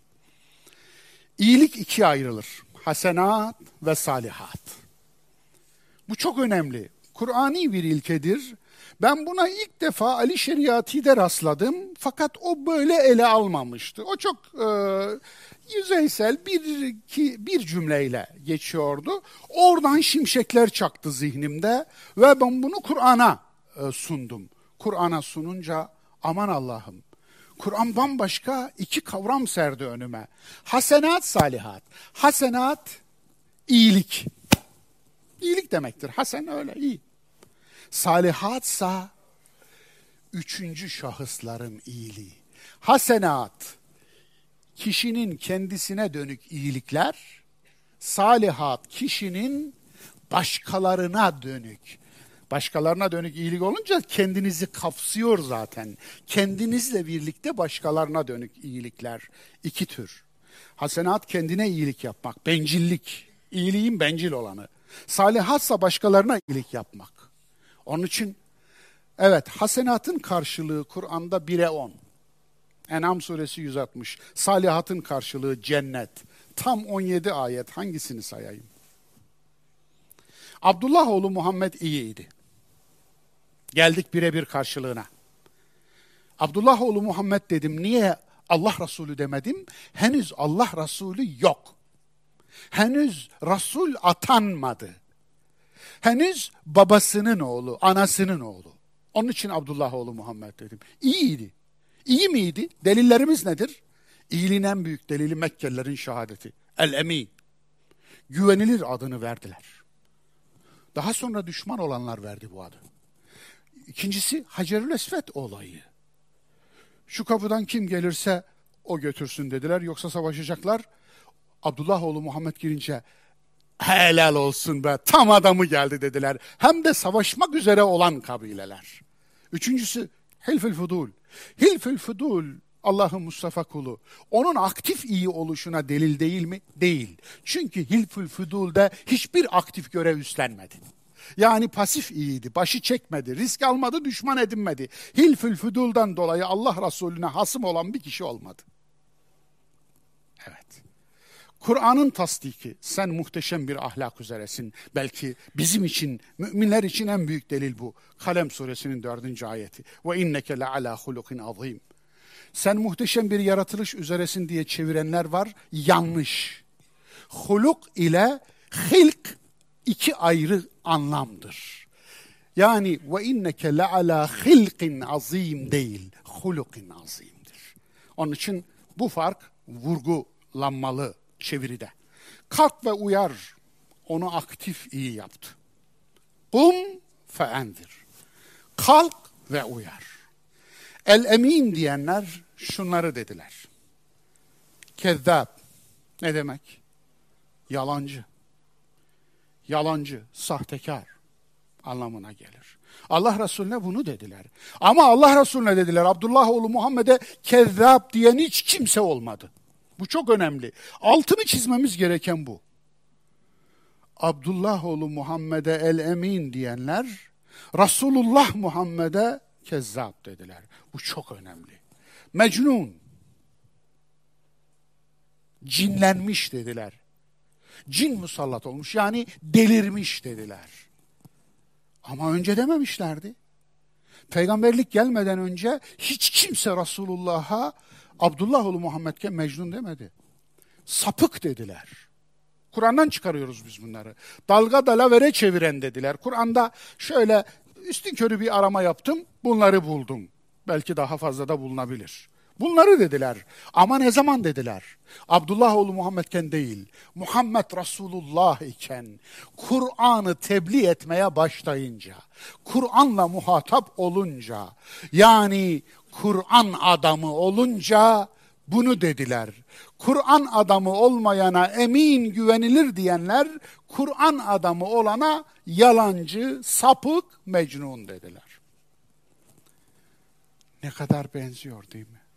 İyilik ikiye ayrılır. Hasenat ve salihat. Bu çok önemli. Kur'ani bir ilkedir. Ben buna ilk defa Ali Şeriati'de rastladım. Fakat o böyle ele almamıştı. O çok e, yüzeysel bir, iki, bir cümleyle geçiyordu. Oradan şimşekler çaktı zihnimde ve ben bunu Kur'an'a e, sundum. Kur'an'a sununca aman Allah'ım, Kur'an bambaşka iki kavram serdi önüme. Hasenat, salihat. Hasenat, iyilik. İyilik demektir. Hasen öyle, iyi. Salihatsa üçüncü şahısların iyiliği. Hasenat, kişinin kendisine dönük iyilikler. Salihat, kişinin başkalarına dönük. Başkalarına dönük iyilik olunca kendinizi kapsıyor zaten. Kendinizle birlikte başkalarına dönük iyilikler. İki tür. Hasenat, kendine iyilik yapmak, bencillik. İyiliğin bencil olanı. Salihatsa başkalarına iyilik yapmak. Onun için evet, hasenatın karşılığı Kur'an'da bire on. En'am suresi yüz altmış. Salihatın karşılığı cennet. Tam on yedi ayet. Hangisini sayayım? Abdullah oğlu Muhammed iyiydi. Geldik birebir karşılığına. Abdullah oğlu Muhammed dedim. Niye Allah Resulü demedim? Henüz Allah Resulü yok. Henüz Resul atanmadı. Henüz babasının oğlu, anasının oğlu. Onun için Abdullah oğlu Muhammed dedim. İyiydi. İyi miydi? Delillerimiz nedir? İyiliğin en büyük delili Mekkelilerin şehadeti. El-Emin. Güvenilir adını verdiler. Daha sonra düşman olanlar verdi bu adı. İkincisi Hacerül Esved olayı. Şu kapıdan kim gelirse o götürsün dediler. Yoksa savaşacaklar. Abdullah oğlu Muhammed girince helal olsun be, tam adamı geldi dediler. Hem de savaşmak üzere olan kabileler. Üçüncüsü Hilfül Fudul. Hilfül Fudul Allah'ın Mustafa kulu. Onun aktif iyi oluşuna delil değil mi? Değil. Çünkü Hilfül Fudul'de hiçbir aktif görev üstlenmedi. Yani pasif iyiydi, başı çekmedi, risk almadı, düşman edinmedi. Hilfül Fudul'dan dolayı Allah Resulüne hasım olan bir kişi olmadı. Evet. Kur'an'ın tasdiki, sen muhteşem bir ahlak üzeresin. Belki bizim için, müminler için en büyük delil bu. Kalem suresinin dördüncü ayeti. Ve inneke le ala hulukin azim. Sen muhteşem bir yaratılış üzeresin diye çevirenler var. Yanlış. Huluk ile hilk iki ayrı anlamdır. Yani ve inneke le ala hilkin azim değil, hulukin azimdir. Onun için bu fark vurgulanmalı çeviride. Kalk ve uyar, onu aktif iyi yaptı. Kum feendir. Kalk ve uyar. El-Emin diyenler şunları dediler. Kezzab. Ne demek? Yalancı. Yalancı, sahtekar anlamına gelir. Allah Resulüne bunu dediler. Ama Allah Resulüne dediler, Abdullah oğlu Muhammed'e kezzab diyen hiç kimse olmadı. Bu çok önemli. Altını çizmemiz gereken bu. Abdullah oğlu Muhammed'e el-Emin diyenler, Resulullah Muhammed'e kezzab dediler. Bu çok önemli. Mecnun, cinlenmiş dediler. Cin musallat olmuş, yani delirmiş dediler. Ama önce dememişlerdi. Peygamberlik gelmeden önce hiç kimse Resulullah'a Abdullah oğlu Muhammed'ke Mecnun demedi. Sapık dediler. Kur'an'dan çıkarıyoruz biz bunları. Dalga dalavere çeviren dediler. Kur'an'da şöyle üstünkörü bir arama yaptım, bunları buldum. Belki daha fazla da bulunabilir. Bunları dediler. Ama ne zaman dediler? Abdullah oğlu Muhammedken değil, Muhammed Resulullah iken, Kur'an'ı tebliğ etmeye başlayınca, Kur'an'la muhatap olunca, yani Kur'an adamı olunca bunu dediler. Kur'an adamı olmayana emin güvenilir diyenler, Kur'an adamı olana yalancı, sapık, mecnun dediler. Ne kadar benziyor değil mi?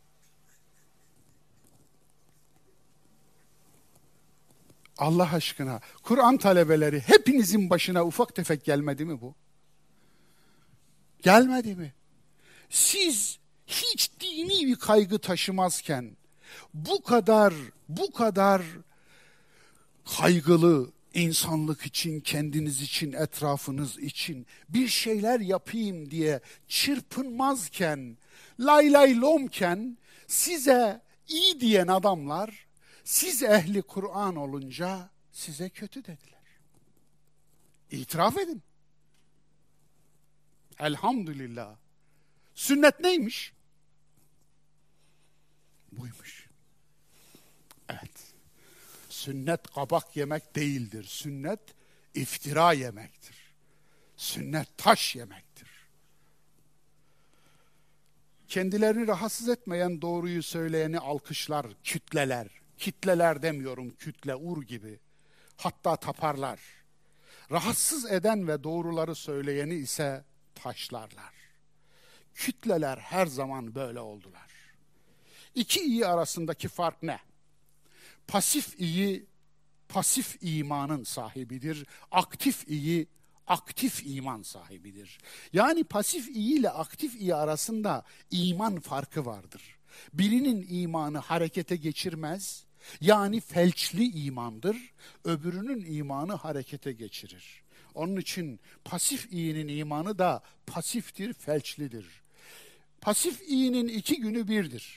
Allah aşkına, Kur'an talebeleri hepinizin başına ufak tefek gelmedi mi bu? Gelmedi mi? Siz hiç dini bir kaygı taşımazken bu kadar, bu kadar kaygılı, insanlık için, kendiniz için, etrafınız için bir şeyler yapayım diye çırpınmazken, lay lay lomken size iyi diyen adamlar, siz ehli Kur'an olunca size kötü dediler. İtiraf edin. Elhamdülillah. Sünnet neymiş? Buymuş. Evet. Sünnet kabak yemek değildir. Sünnet iftira yemektir. Sünnet taş yemektir. Kendilerini rahatsız etmeyen doğruyu söyleyeni alkışlar, kütleler. Kitleler demiyorum, kütle, ur gibi. Hatta taparlar. Rahatsız eden ve doğruları söyleyeni ise taşlarlar. Kütleler her zaman böyle oldular. İki iyi arasındaki fark ne? Pasif iyi, pasif imanın sahibidir. Aktif iyi, aktif iman sahibidir. Yani pasif iyi ile aktif iyi arasında iman farkı vardır. Birinin imanı harekete geçirmez, yani felçli imandır. Öbürünün imanı harekete geçirir. Onun için pasif iyinin imanı da pasiftir, felçlidir. Pasif iyinin iki günü birdir.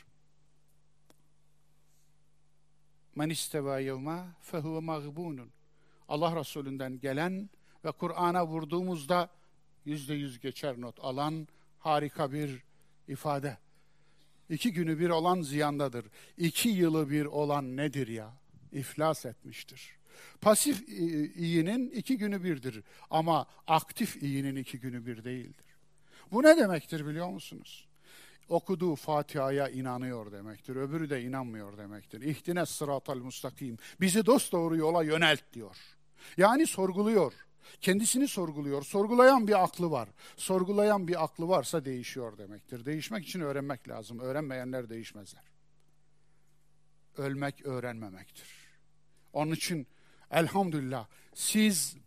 Men isteva yevma fehuve mağbunun. Allah Resulü'nden gelen ve Kur'an'a vurduğumuzda yüzde yüz geçer not alan harika bir ifade. İki günü bir olan ziyandadır. İki yılı bir olan nedir ya? İflas etmiştir. Pasif iyinin iki günü birdir ama aktif iyinin iki günü bir değildir. Bu ne demektir biliyor musunuz? Okuduğu Fatiha'ya inanıyor demektir. Öbürü de inanmıyor demektir. İhdine sıratal mustakim. Bizi dosdoğru yola yönelt diyor. Yani sorguluyor. Kendisini sorguluyor. Sorgulayan bir aklı var. Sorgulayan bir aklı varsa değişiyor demektir. Değişmek için öğrenmek lazım. Öğrenmeyenler değişmezler. Ölmek öğrenmemektir. Onun için elhamdülillah siz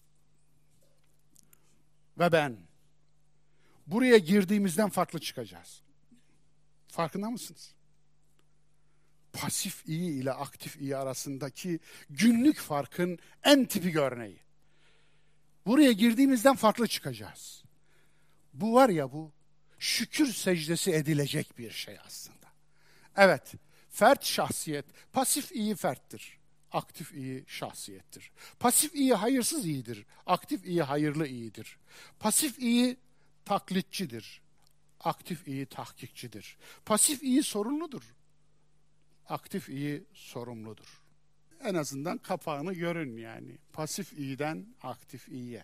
ve ben buraya girdiğimizden farklı çıkacağız. Farkında mısınız? Pasif iyi ile aktif iyi arasındaki günlük farkın en tipik örneği. Buraya girdiğimizden farklı çıkacağız. Bu var ya, bu şükür secdesi edilecek bir şey aslında. Evet, fert şahsiyet, pasif iyi ferttir. Aktif iyi şahsiyettir. Pasif iyi hayırsız iyidir. Aktif iyi hayırlı iyidir. Pasif iyi taklitçidir. Aktif iyi tahkikçidir. Pasif iyi sorumludur. Aktif iyi sorumludur. En azından kapağını görün yani. Pasif iyiden aktif iyiye.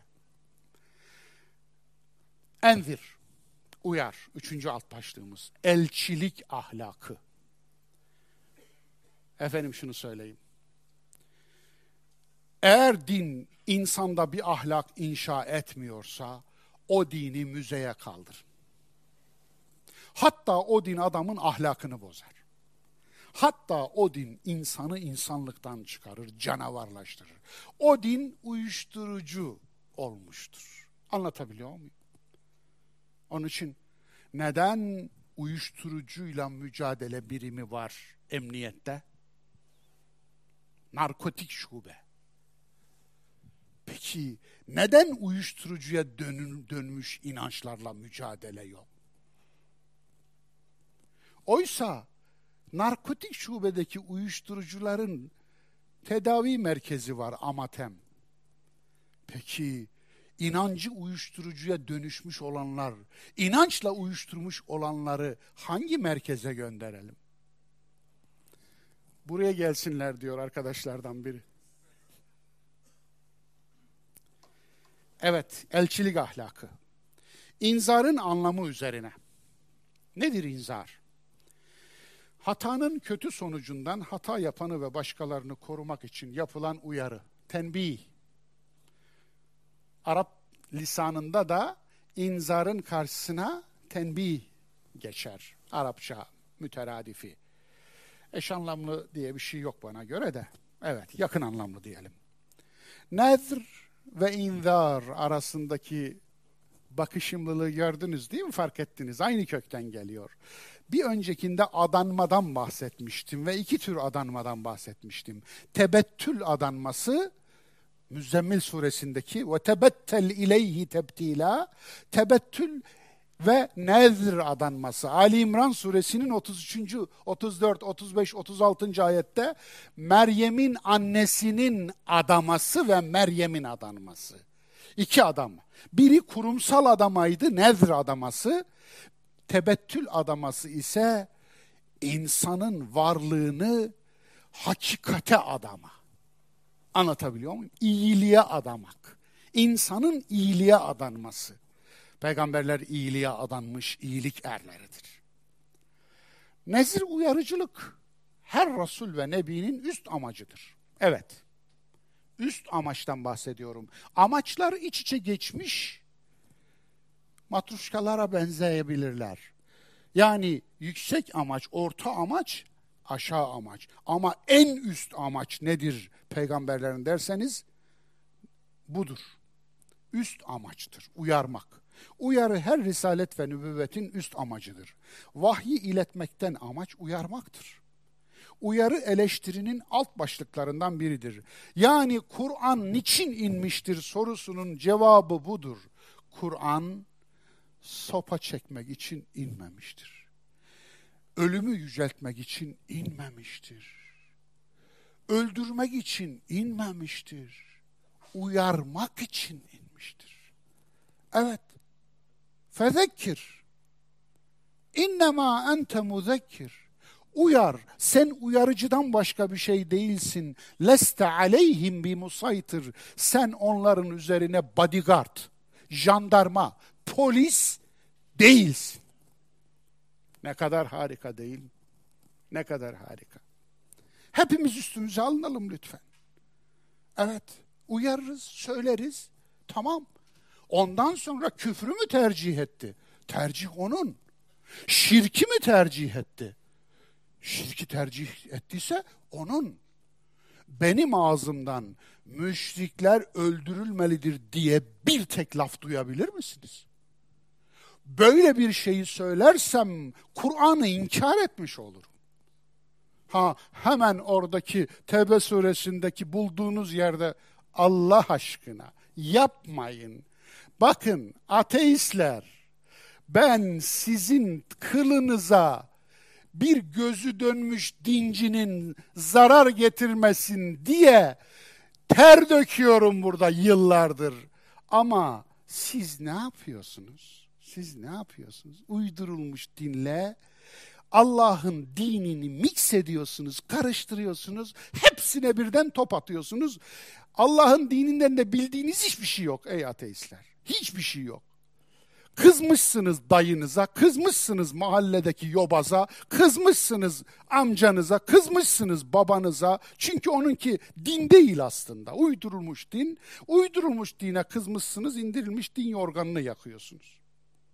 Enzir, uyar. Üçüncü alt başlığımız. Elçilik ahlakı. Efendim şunu söyleyeyim. Eğer din insanda bir ahlak inşa etmiyorsa o dini müzeye kaldır. Hatta o din adamın ahlakını bozar. Hatta o din insanı insanlıktan çıkarır, canavarlaştırır. O din uyuşturucu olmuştur. Anlatabiliyor muyum? Onun için neden uyuşturucuyla mücadele birimi var emniyette? Narkotik şube. Peki neden uyuşturucuya dönün, dönmüş inançlarla mücadele yok? Oysa narkotik şubedeki uyuşturucuların tedavi merkezi var, Amatem. Peki inancı uyuşturucuya dönüşmüş olanlar, inançla uyuşturmuş olanları hangi merkeze gönderelim? Buraya gelsinler diyor arkadaşlardan biri. Evet, elçilik ahlakı. İnzarın anlamı üzerine. Nedir inzar? Hatanın kötü sonucundan hata yapanı ve başkalarını korumak için yapılan uyarı, tenbih. Arap lisanında da inzarın karşısına tenbih geçer. Arapça müteradifi. Eş anlamlı diye bir şey yok bana göre de. Evet, yakın anlamlı diyelim. Nezr ve inzar arasındaki bakışımlılığı gördünüz değil mi? Fark ettiniz. Aynı kökten geliyor. Bir öncekinde adanmadan bahsetmiştim ve iki tür adanmadan bahsetmiştim. Tebettül adanması, Müzzemmil suresindeki ve tebettel ileyhi tebtila, tebettül ve nezr adanması. Ali İmran suresinin otuz üçüncü, otuz dört, otuz beş, otuz altıncı ayette Meryem'in annesinin adaması ve Meryem'in adanması. İki adam. Biri kurumsal adamaydı, nezr adaması. Tebettül adaması ise insanın varlığını hakikate adama. Anlatabiliyor muyum? İyiliğe adamak. İnsanın iyiliğe adanması. Peygamberler iyiliğe adanmış iyilik erleridir. Nezir uyarıcılık her Resul ve Nebi'nin üst amacıdır. Evet, üst amaçtan bahsediyorum. Amaçlar iç içe geçmiş matruşkalara benzeyebilirler. Yani yüksek amaç, orta amaç, aşağı amaç. Ama en üst amaç nedir peygamberlerin derseniz budur. Üst amaçtır, uyarmak. Uyarı her risalet ve nübüvvetin üst amacıdır. Vahyi iletmekten amaç uyarmaktır. Uyarı eleştirinin alt başlıklarından biridir. Yani Kur'an niçin inmiştir sorusunun cevabı budur. Kur'an sopa çekmek için inmemiştir. Ölümü yüceltmek için inmemiştir. Öldürmek için inmemiştir. Uyarmak için inmiştir. Evet. Fezekkir. İnnemâ ente muzekkir. Uyar. Sen uyarıcıdan başka bir şey değilsin. Leste aleyhim bi musaytir. Sen onların üzerine bodyguard, jandarma, polis değilsin. Ne kadar harika değil mi? Ne kadar harika. Hepimiz üstümüze alınalım lütfen. Evet, uyarırız, söyleriz. Tamam. Ondan sonra küfrü mü tercih etti? Tercih onun. Şirki mi tercih etti? Şirki tercih ettiyse onun. Benim ağzımdan müşrikler öldürülmelidir diye bir tek laf duyabilir misiniz? Böyle bir şeyi söylersem Kur'an'ı inkar etmiş olurum. Ha, hemen oradaki Tevbe suresindeki bulduğunuz yerde Allah aşkına yapmayın. Bakın ateistler, ben sizin kılınıza bir gözü dönmüş dincinin zarar getirmesin diye ter döküyorum burada yıllardır. Ama siz ne yapıyorsunuz? Siz ne yapıyorsunuz? Uydurulmuş dinle Allah'ın dinini mix ediyorsunuz, karıştırıyorsunuz. Hepsine birden top atıyorsunuz. Allah'ın dininden de bildiğiniz hiçbir şey yok ey ateistler. Hiçbir şey yok. Kızmışsınız dayınıza, kızmışsınız mahalledeki yobaza, kızmışsınız amcanıza, kızmışsınız babanıza. Çünkü onunki din değil aslında. Uydurulmuş din. Uydurulmuş dine kızmışsınız, indirilmiş din yorganını yakıyorsunuz.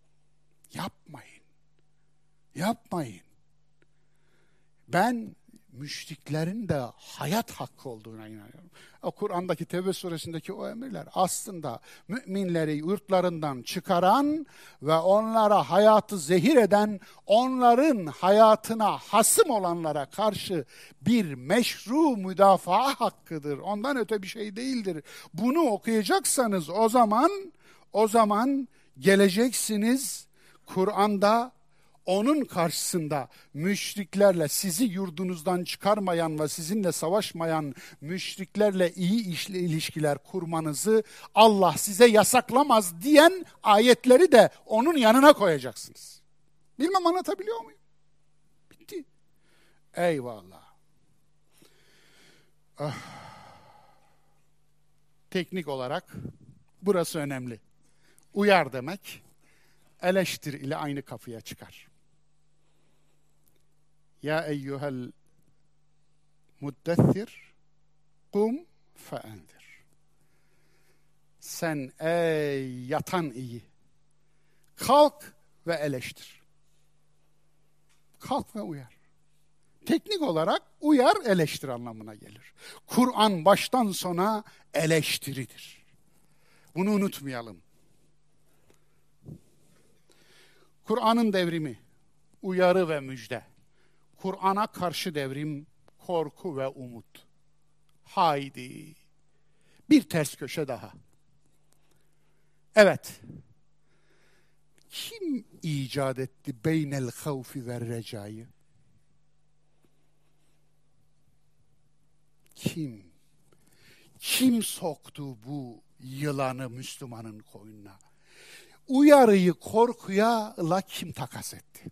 Yapmayın. Yapmayın. Ben müşriklerin de hayat hakkı olduğuna inanıyorum. O Kur'an'daki Tevbe suresindeki o emirler aslında müminleri yurtlarından çıkaran ve onlara hayatı zehir eden, onların hayatına hasım olanlara karşı bir meşru müdafaa hakkıdır. Ondan öte bir şey değildir. Bunu okuyacaksanız o zaman, o zaman geleceksiniz Kur'an'da onun karşısında müşriklerle, sizi yurdunuzdan çıkarmayan ve sizinle savaşmayan müşriklerle iyi işle ilişkiler kurmanızı Allah size yasaklamaz diyen ayetleri de onun yanına koyacaksınız. Bilmem anlatabiliyor muyum? Bitti. Eyvallah. Ah. Teknik olarak burası önemli. Uyar demek, eleştir ile aynı kapıya çıkar. Ya eyyuhel muddessir kum feendir. Sen ey yatan iyi, kalk ve eleştir. Kalk ve uyar. Teknik olarak uyar, eleştir anlamına gelir. Kur'an baştan sona eleştiridir. Bunu unutmayalım. Kur'an'ın devrimi, uyarı ve müjde. Kur'an'a karşı devrim, korku ve umut. Haydi, bir ters köşe daha. Evet, kim icat etti beynel havfi ve recayı? Kim? Kim soktu bu yılanı Müslümanın koynuna? Uyarıyı korkuya la kim takas etti?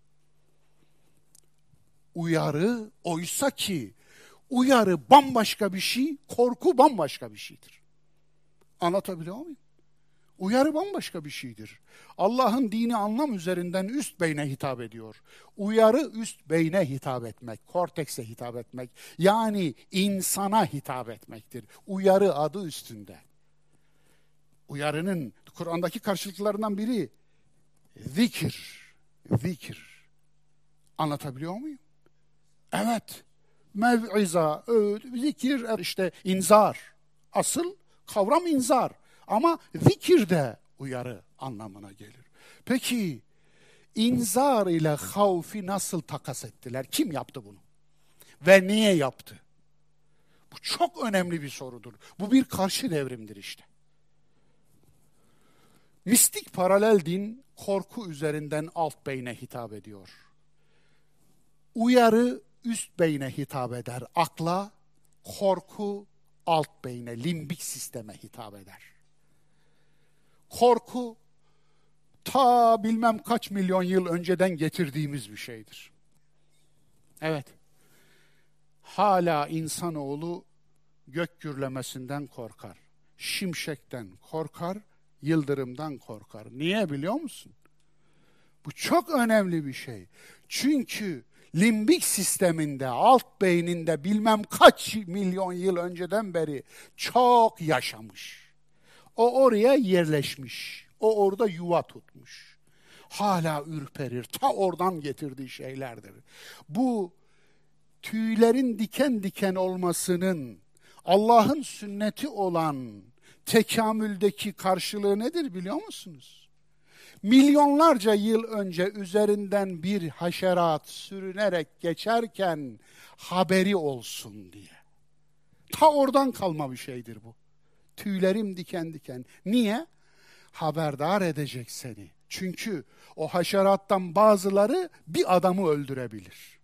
Uyarı oysa ki uyarı bambaşka bir şey, korku bambaşka bir şeydir. Anlatabiliyor muyum? Uyarı bambaşka bir şeydir. Allah'ın dini anlam üzerinden üst beyne hitap ediyor. Uyarı üst beyne hitap etmek, kortekse hitap etmek. Yani insana hitap etmektir. Uyarı adı üstünde. Uyarının Kur'an'daki karşılıklarından biri zikir. Zikir. Anlatabiliyor muyum? Evet. Mev'iza, öğüt, zikir, işte inzar. Asıl kavram inzar. Ama zikir de uyarı anlamına gelir. Peki inzar ile havfi nasıl takas ettiler? Kim yaptı bunu? Ve niye yaptı? Bu çok önemli bir sorudur. Bu bir karşı devrimdir işte. Mistik paralel din korku üzerinden alt beyne hitap ediyor. Uyarı üst beyne hitap eder. Akla, korku alt beyne, limbik sisteme hitap eder. Korku ta bilmem kaç milyon yıl önceden getirdiğimiz bir şeydir. Evet. Hala insanoğlu gök gürlemesinden korkar. Şimşekten korkar, yıldırımdan korkar. Niye biliyor musun? Bu çok önemli bir şey. Çünkü limbik sisteminde, alt beyninde bilmem kaç milyon yıl önceden beri çok yaşamış. O oraya yerleşmiş. O orada yuva tutmuş. Hala ürperir. Ta oradan getirdiği şeylerdir. Bu tüylerin diken diken olmasının Allah'ın sünneti olan tekamüldeki karşılığı nedir biliyor musunuz? Milyonlarca yıl önce üzerinden bir haşerat sürünerek geçerken haberi olsun diye. Ta oradan kalma bir şeydir bu. Tüylerim diken diken. Niye? Haberdar edecek seni. Çünkü o haşerattan bazıları bir adamı öldürebilir.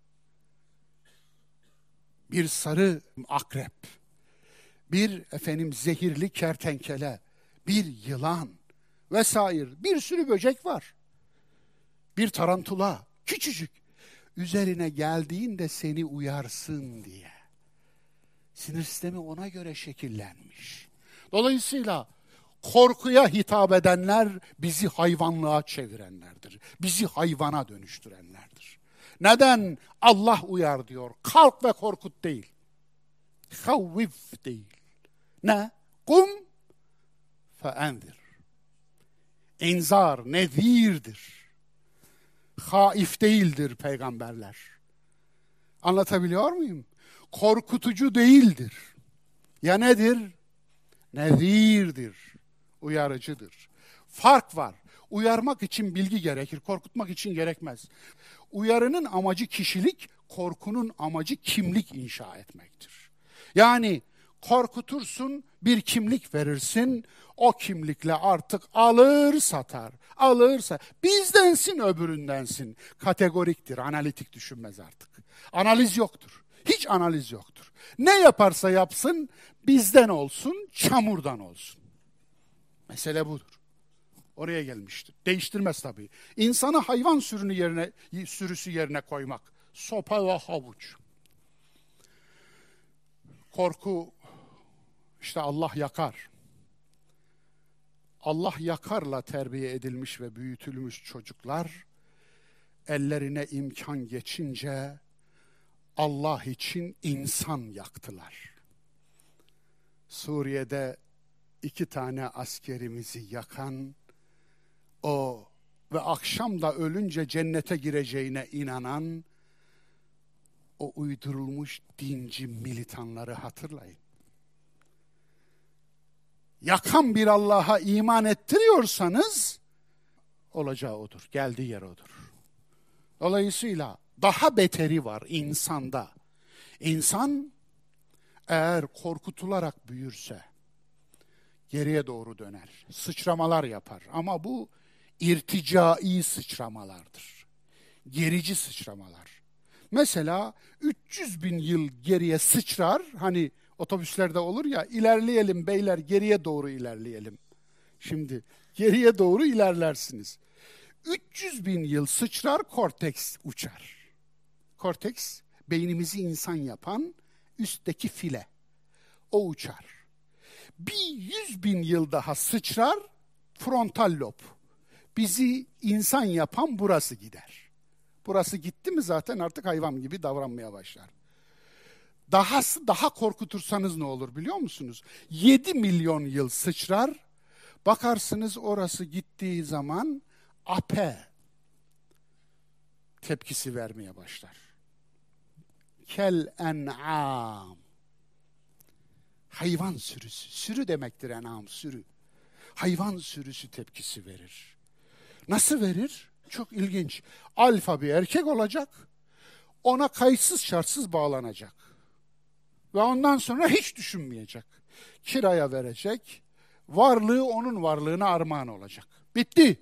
Bir sarı akrep, bir efendim zehirli kertenkele, bir yılan vesaire bir sürü böcek var. Bir tarantula, küçücük. Üzerine geldiğinde seni uyarsın diye. Sinir sistemi ona göre şekillenmiş. Dolayısıyla korkuya hitap edenler bizi hayvanlığa çevirenlerdir. Bizi hayvana dönüştürenlerdir. Neden? Allah uyar diyor. Kalk ve korkut değil. Havvif değil. Ne? Kum feendir. İnzar, nezirdir. Haif değildir peygamberler. Anlatabiliyor muyum? Korkutucu değildir. Ya nedir? Nezirdir. Uyarıcıdır. Fark var. Uyarmak için bilgi gerekir, korkutmak için gerekmez. Uyarının amacı kişilik, korkunun amacı kimlik inşa etmektir. Yani korkutursun, bir kimlik verirsin, o kimlikle artık alır satar, alır satar. Bizdensin, öbüründensin. Kategoriktir, analitik düşünmez artık. Analiz yoktur, hiç analiz yoktur. Ne yaparsa yapsın, bizden olsun, çamurdan olsun. Mesele budur. Oraya gelmiştir. Değiştirmez tabii. İnsanı hayvan sürünü yerine, sürüsü yerine koymak. Sopa ve havuç. Korku, işte Allah yakar. Allah yakarla terbiye edilmiş ve büyütülmüş çocuklar, ellerine imkan geçince Allah için insan yaktılar. Suriye'de iki tane askerimizi yakan, o ve akşam da ölünce cennete gireceğine inanan o uydurulmuş dinci militanları hatırlayın. Yakan bir Allah'a iman ettiriyorsanız olacağı odur, geldiği yer odur. Dolayısıyla daha beteri var insanda. İnsan eğer korkutularak büyürse geriye doğru döner, sıçramalar yapar ama bu irticai sıçramalardır. Gerici sıçramalar. Mesela üç yüz bin yıl geriye sıçrar, hani otobüslerde olur ya, ilerleyelim beyler, geriye doğru ilerleyelim. Şimdi geriye doğru ilerlersiniz. üç yüz bin yıl sıçrar, korteks uçar. Korteks, beynimizi insan yapan üstteki file. O uçar. Bir yüz bin yıl daha sıçrar, frontal lob. Bizi insan yapan burası gider. Burası gitti mi zaten artık hayvan gibi davranmaya başlar. Dahası daha korkutursanız ne olur biliyor musunuz? yedi milyon yıl sıçrar, bakarsınız orası gittiği zaman ape tepkisi vermeye başlar. Kel en'am. Hayvan sürüsü. Sürü demektir en'am, sürü. Hayvan sürüsü tepkisi verir. Nasıl verir? Çok ilginç. Alfa bir erkek olacak, ona kayıtsız şartsız bağlanacak. Ve ondan sonra hiç düşünmeyecek. Kiraya verecek, varlığı onun varlığına armağan olacak. Bitti.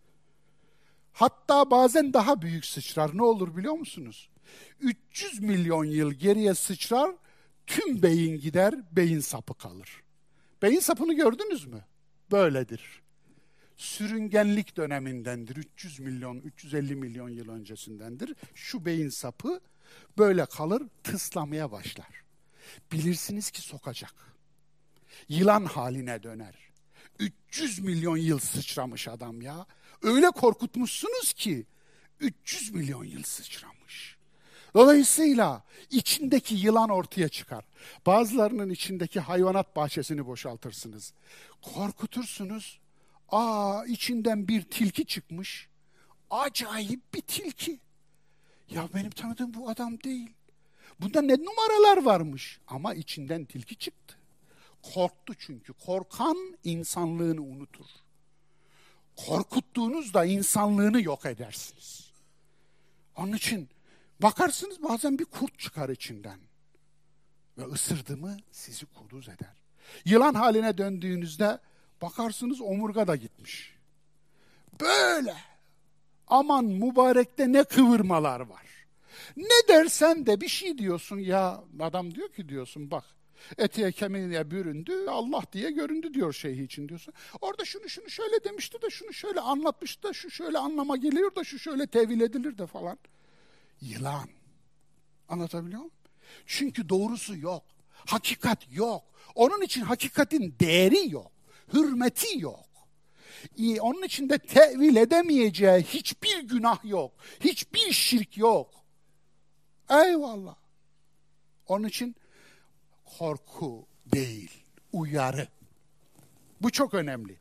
Hatta bazen daha büyük sıçrar. Ne olur biliyor musunuz? üç yüz milyon yıl geriye sıçrar, tüm beyin gider, beyin sapı kalır. Beyin sapını gördünüz mü? Böyledir. Sürüngenlik dönemindendir. üç yüz milyon, üç yüz elli milyon yıl öncesindendir. Şu beyin sapı böyle kalır, tıslamaya başlar. Bilirsiniz ki sokacak. Yılan haline döner. üç yüz milyon yıl sıçramış adam ya. Öyle korkutmuşsunuz ki üç yüz milyon yıl sıçramış. Dolayısıyla içindeki yılan ortaya çıkar. Bazılarının içindeki hayvanat bahçesini boşaltırsınız. Korkutursunuz. Aa, içinden bir tilki çıkmış. Acayip bir tilki. Ya benim tanıdığım bu adam değil. Bunda ne numaralar varmış. Ama içinden tilki çıktı. Korktu çünkü. Korkan insanlığını unutur. Korkuttuğunuzda insanlığını yok edersiniz. Onun için bakarsınız bazen bir kurt çıkar içinden. Ve ısırdı mı sizi kuduz eder. Yılan haline döndüğünüzde bakarsınız omurga da gitmiş. Böyle. Aman mübarekte ne kıvırmalar var. Ne dersen de bir şey diyorsun ya. Adam diyor ki diyorsun bak. Etiye kemiğe büründü, Allah diye göründü diyor şeyhi için diyorsun. Orada şunu şunu şöyle demişti de şunu şöyle anlatmıştı da şu şöyle anlama geliyor da şu şöyle tevil edilir de falan. Yılan. Anlatabiliyor muyum? Çünkü doğrusu yok. Hakikat yok. Onun için hakikatin değeri yok. Hürmeti yok. Onun için de tevil edemeyeceği hiçbir günah yok. Hiçbir şirk yok. Eyvallah. Onun için korku değil, uyarı. Bu çok önemli.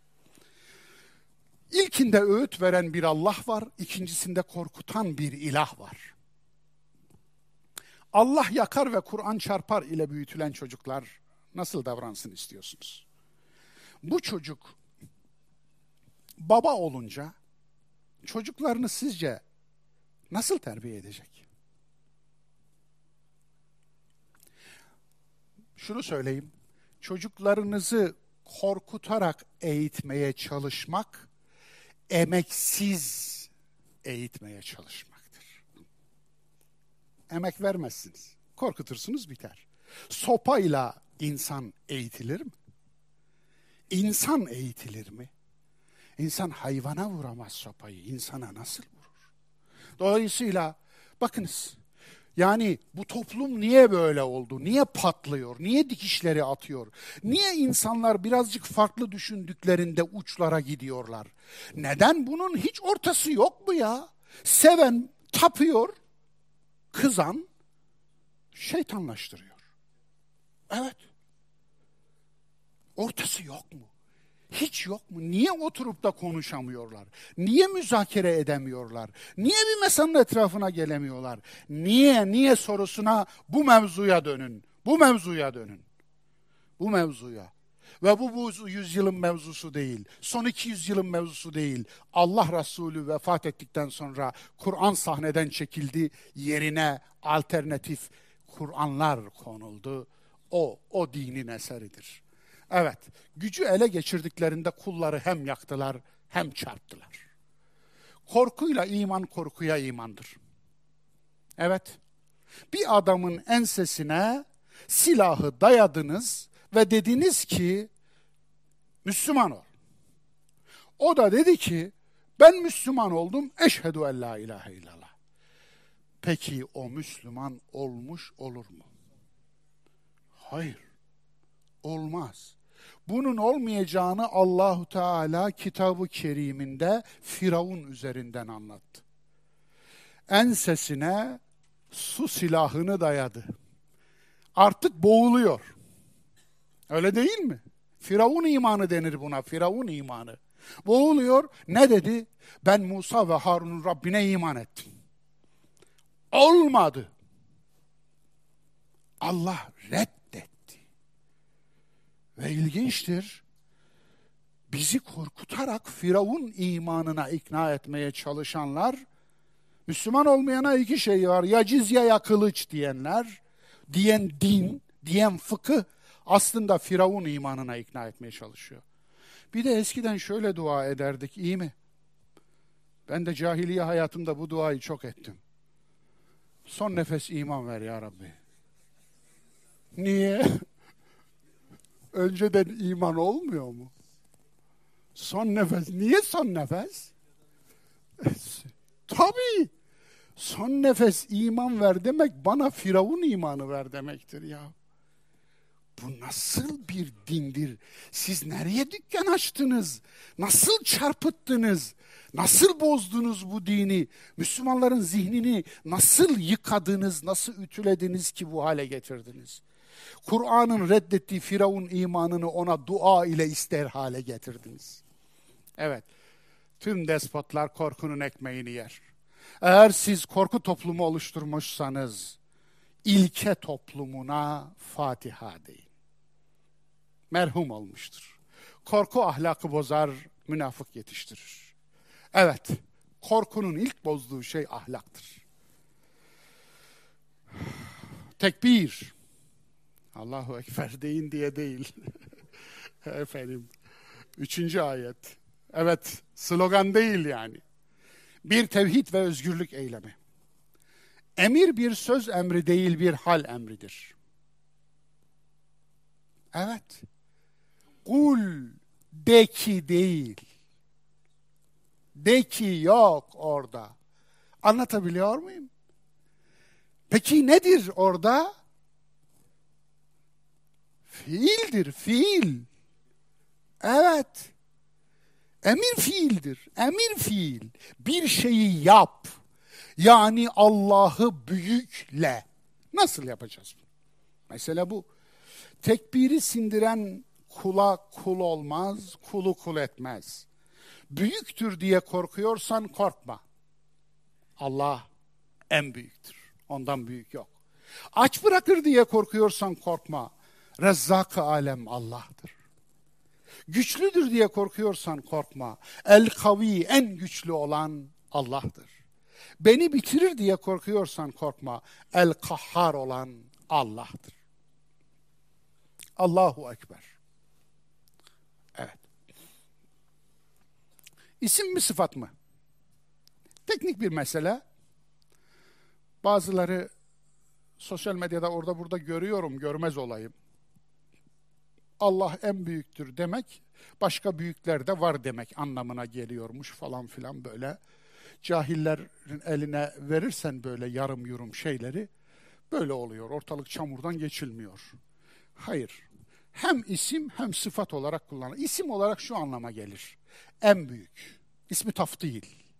İlkinde öğüt veren bir Allah var, ikincisinde korkutan bir ilah var. Allah yakar ve Kur'an çarpar ile büyütülen çocuklar nasıl davransın istiyorsunuz? Bu çocuk baba olunca çocuklarını sizce nasıl terbiye edecek? Şunu söyleyeyim, çocuklarınızı korkutarak eğitmeye çalışmak, emeksiz eğitmeye çalışmaktır. Emek vermezsiniz, korkutursunuz biter. Sopayla insan eğitilir mi? İnsan eğitilir mi? İnsan hayvana vuramaz sopayı, insana nasıl vurur? Dolayısıyla bakınız, yani bu toplum niye böyle oldu? Niye patlıyor? Niye dikişleri atıyor? Niye insanlar birazcık farklı düşündüklerinde uçlara gidiyorlar? Neden? Bunun hiç ortası yok mu ya? Seven tapıyor, kızan şeytanlaştırıyor. Evet. Ortası yok mu? Hiç yok mu? Niye oturup da konuşamıyorlar? Niye müzakere edemiyorlar? Niye bir masanın etrafına gelemiyorlar? Niye, niye sorusuna bu mevzuya dönün. Bu mevzuya dönün. Bu mevzuya. Ve bu, bu yüzyılın mevzusu değil. Son iki yüzyılın mevzusu değil. Allah Resulü vefat ettikten sonra Kur'an sahneden çekildi. Yerine alternatif Kur'anlar konuldu. O, o dinin eseridir. Evet, gücü ele geçirdiklerinde kulları hem yaktılar hem çarptılar. Korkuyla iman korkuya imandır. Evet, bir adamın ensesine silahı dayadınız ve dediniz ki Müslüman ol. O da dedi ki ben Müslüman oldum, eşhedü en la ilahe illallah. Peki o Müslüman olmuş olur mu? Hayır, olmaz. Bunun olmayacağını Allahu Teala Kitab-ı Kerim'inde Firavun üzerinden anlattı. Ensesine su silahını dayadı. Artık boğuluyor. Öyle değil mi? Firavun imanı denir buna, Firavun imanı. Boğuluyor, ne dedi? Ben Musa ve Harun'un Rabbine iman ettim. Olmadı. Allah reddetti. Ve ilginçtir, bizi korkutarak Firavun imanına ikna etmeye çalışanlar, Müslüman olmayana iki şey var. Ya cizye ya kılıç diyenler, diyen din, diyen fıkıh aslında Firavun imanına ikna etmeye çalışıyor. Bir de eskiden şöyle dua ederdik, iyi mi? Ben de cahiliye hayatımda bu duayı çok ettim. Son nefes iman ver ya Rabbi. Niye? Önceden iman olmuyor mu? Son nefes. Niye son nefes? Tabii. Son nefes iman ver demek bana Firavun imanı ver demektir ya. Bu nasıl bir dindir? Siz nereye dükkan açtınız? Nasıl çarpıttınız? Nasıl bozdunuz bu dini? Müslümanların zihnini nasıl yıkadınız, nasıl ütülediniz ki bu hale getirdiniz? Kur'an'ın reddettiği Firavun imanını ona dua ile ister hale getirdiniz. Evet, tüm despotlar korkunun ekmeğini yer. Eğer siz korku toplumu oluşturmuşsanız, ilke toplumuna Fatiha deyin. Merhum olmuştur. Korku ahlakı bozar, münafık yetiştirir. Evet, korkunun ilk bozduğu şey ahlaktır. Tekbir. Allahu Ekber deyin diye değil. Efendim, üçüncü ayet. Evet, slogan değil yani. Bir tevhid ve özgürlük eylemi. Emir bir söz emri değil, bir hal emridir. Evet. Kul de ki değil. De ki yok orada. Anlatabiliyor muyum? Peki nedir orada? Fiildir, fiil. Evet. Emir fiildir, emir fiil. Bir şeyi yap. Yani Allah'ı büyükle. Nasıl yapacağız bunu? Mesela bu. Tekbiri sindiren kula kul olmaz, kulu kul etmez. Büyüktür diye korkuyorsan korkma. Allah en büyüktür. Ondan büyük yok. Aç bırakır diye korkuyorsan korkma. Rezzak-ı alem Allah'tır. Güçlüdür diye korkuyorsan korkma. El-Kavi, en güçlü olan Allah'tır. Beni bitirir diye korkuyorsan korkma. El-Kahhar olan Allah'tır. Allahu Ekber. Evet. İsim mi sıfat mı? Teknik bir mesele. Bazıları sosyal medyada orada burada görüyorum, görmez olayım. Allah en büyüktür demek, başka büyükler de var demek anlamına geliyormuş falan filan böyle. Cahillerin eline verirsen böyle yarım yurum şeyleri, böyle oluyor. Ortalık çamurdan geçilmiyor. Hayır. Hem isim hem sıfat olarak kullanılır. İsim olarak şu anlama gelir. En büyük. İsmi taftil.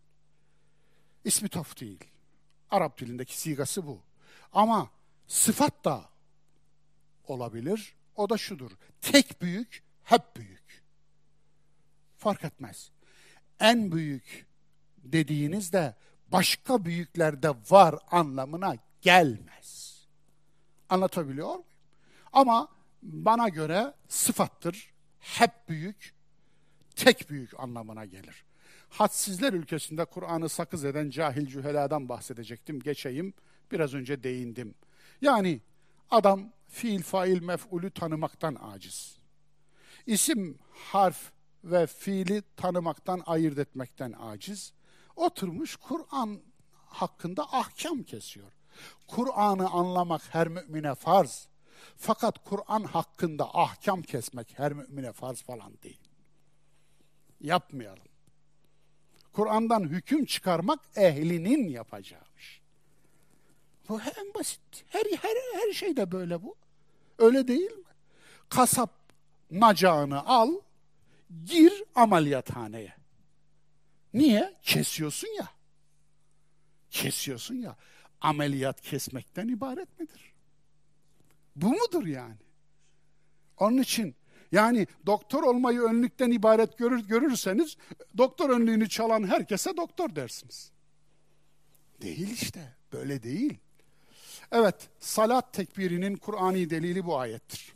İsmi taftil. Arap dilindeki sigası bu. Ama sıfat da olabilir. O da şudur. Tek büyük, hep büyük. Fark etmez. En büyük dediğinizde başka büyüklerde var anlamına gelmez. Anlatabiliyor muyum? Ama bana göre sıfattır. Hep büyük, tek büyük anlamına gelir. Hadsizler ülkesinde Kur'an'ı sakız eden cahil cüheladan bahsedecektim. Geçeyim. Biraz önce değindim. Yani adam fiil, fail, mef'ulü tanımaktan aciz. İsim, harf ve fiili tanımaktan, ayırt etmekten aciz. Oturmuş Kur'an hakkında ahkam kesiyor. Kur'an'ı anlamak her mümine farz. Fakat Kur'an hakkında ahkam kesmek her mümine farz falan değil. Yapmayalım. Kur'an'dan hüküm çıkarmak ehlinin yapacağı iş. Bu en basit. Her, her, her şeyde böyle bu. Öyle değil mi? Kasap nacağını al, gir ameliyathaneye. Niye? Kesiyorsun ya. Kesiyorsun ya. Ameliyat kesmekten ibaret midir? Bu mudur yani? Onun için yani doktor olmayı önlükten ibaret görür, görürseniz doktor önlüğünü çalan herkese doktor dersiniz. Değil işte. Böyle değil. Evet, salat tekbirinin Kur'ani delili bu ayettir.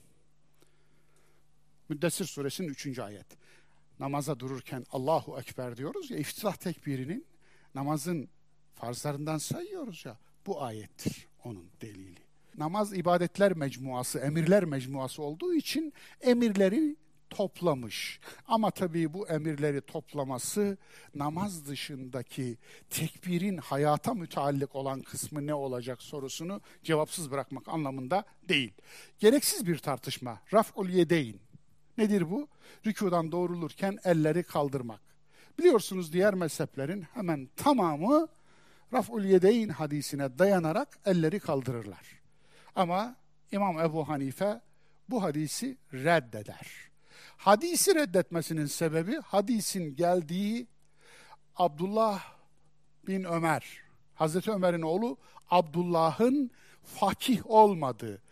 Müddessir suresinin üçüncü ayet. Namaza dururken Allahu Ekber diyoruz ya, iftitah tekbirinin namazın farzlarından sayıyoruz ya, bu ayettir onun delili. Namaz ibadetler mecmuası, emirler mecmuası olduğu için emirleri toplamış. Ama tabii bu emirleri toplaması namaz dışındaki tekbirin hayata müteallik olan kısmı ne olacak sorusunu cevapsız bırakmak anlamında değil. Gereksiz bir tartışma. Raf'ul yedeyn. Nedir bu? Rükudan doğrulurken elleri kaldırmak. Biliyorsunuz diğer mezheplerin hemen tamamı Raf'ul yedeyn hadisine dayanarak elleri kaldırırlar. Ama İmam Ebu Hanife bu hadisi reddeder. Hadisi reddetmesinin sebebi hadisin geldiği Abdullah bin Ömer, Hazreti Ömer'in oğlu Abdullah'ın fakih olmadığı.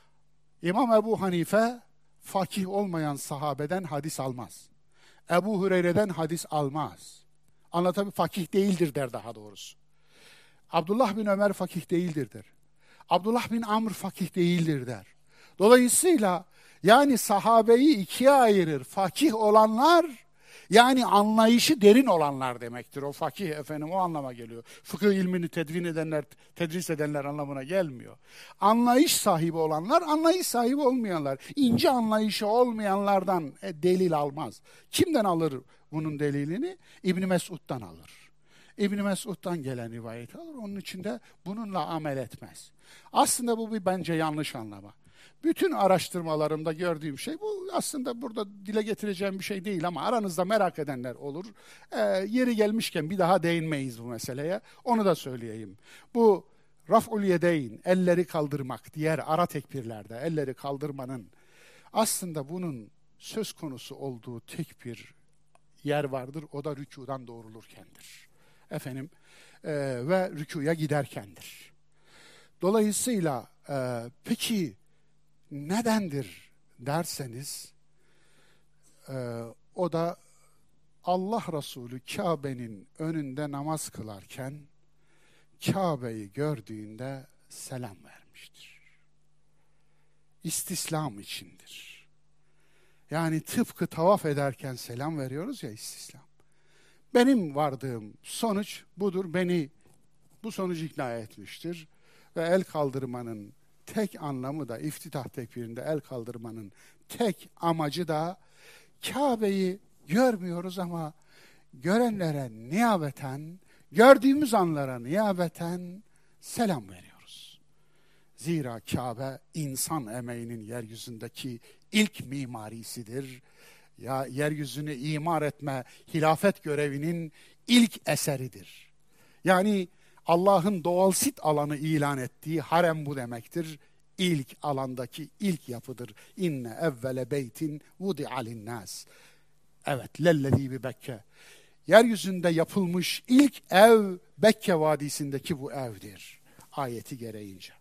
İmam Ebu Hanife fakih olmayan sahabeden hadis almaz. Ebu Hureyre'den hadis almaz. Anlatabiliyor, fakih değildir der daha doğrusu. Abdullah bin Ömer fakih değildir der. Abdullah bin Amr fakih değildir der. Dolayısıyla yani sahabeyi ikiye ayırır. Fakih olanlar, yani anlayışı derin olanlar demektir. O fakih efendim o anlama geliyor. Fıkıh ilmini tedvin edenler, tedris edenler anlamına gelmiyor. Anlayış sahibi olanlar, anlayış sahibi olmayanlar. İnce anlayışı olmayanlardan e, delil almaz. Kimden alır bunun delilini? İbn Mesud'dan alır. İbn Mesud'dan gelen rivayet alır. Onun için de bununla amel etmez. Aslında bu bir bence yanlış anlama. Bütün araştırmalarımda gördüğüm şey bu. Aslında burada dile getireceğim bir şey değil ama aranızda merak edenler olur. Ee, yeri gelmişken bir daha değinmeyiz bu meseleye. Onu da söyleyeyim. Bu raf'ul yedeyn, elleri kaldırmak, diğer ara tekbirlerde elleri kaldırmanın aslında bunun söz konusu olduğu tek bir yer vardır. O da rükudan doğrulurkendir. Efendim e, ve rükuya giderkendir. Dolayısıyla e, peki nedendir derseniz e, o da Allah Resulü Kabe'nin önünde namaz kılarken Kabe'yi gördüğünde selam vermiş. etmiştir. İstislam içindir. Yani tıpkı tavaf ederken selam veriyoruz ya, istislam. Benim vardığım sonuç budur. Beni bu sonuç ikna etmiştir. Ve el kaldırmanın tek anlamı da, iftitah tekbirinde el kaldırmanın tek amacı da, Kabe'yi görmüyoruz ama görenlere niyabeten, gördüğümüz anlara niyabeten selam veriyoruz. Zira Kabe insan emeğinin yeryüzündeki ilk mimarisidir. Ya yeryüzünü imar etme, hilafet görevinin ilk eseridir. Yani Allah'ın doğal sit alanı ilan ettiği harem bu demektir. İlk alandaki ilk yapıdır. İnne evvele beytin vudi'a linnâs. Evet, lellezî bi Bekke. Yeryüzünde yapılmış ilk ev Bekke Vadisi'ndeki bu evdir. Ayeti gereğince.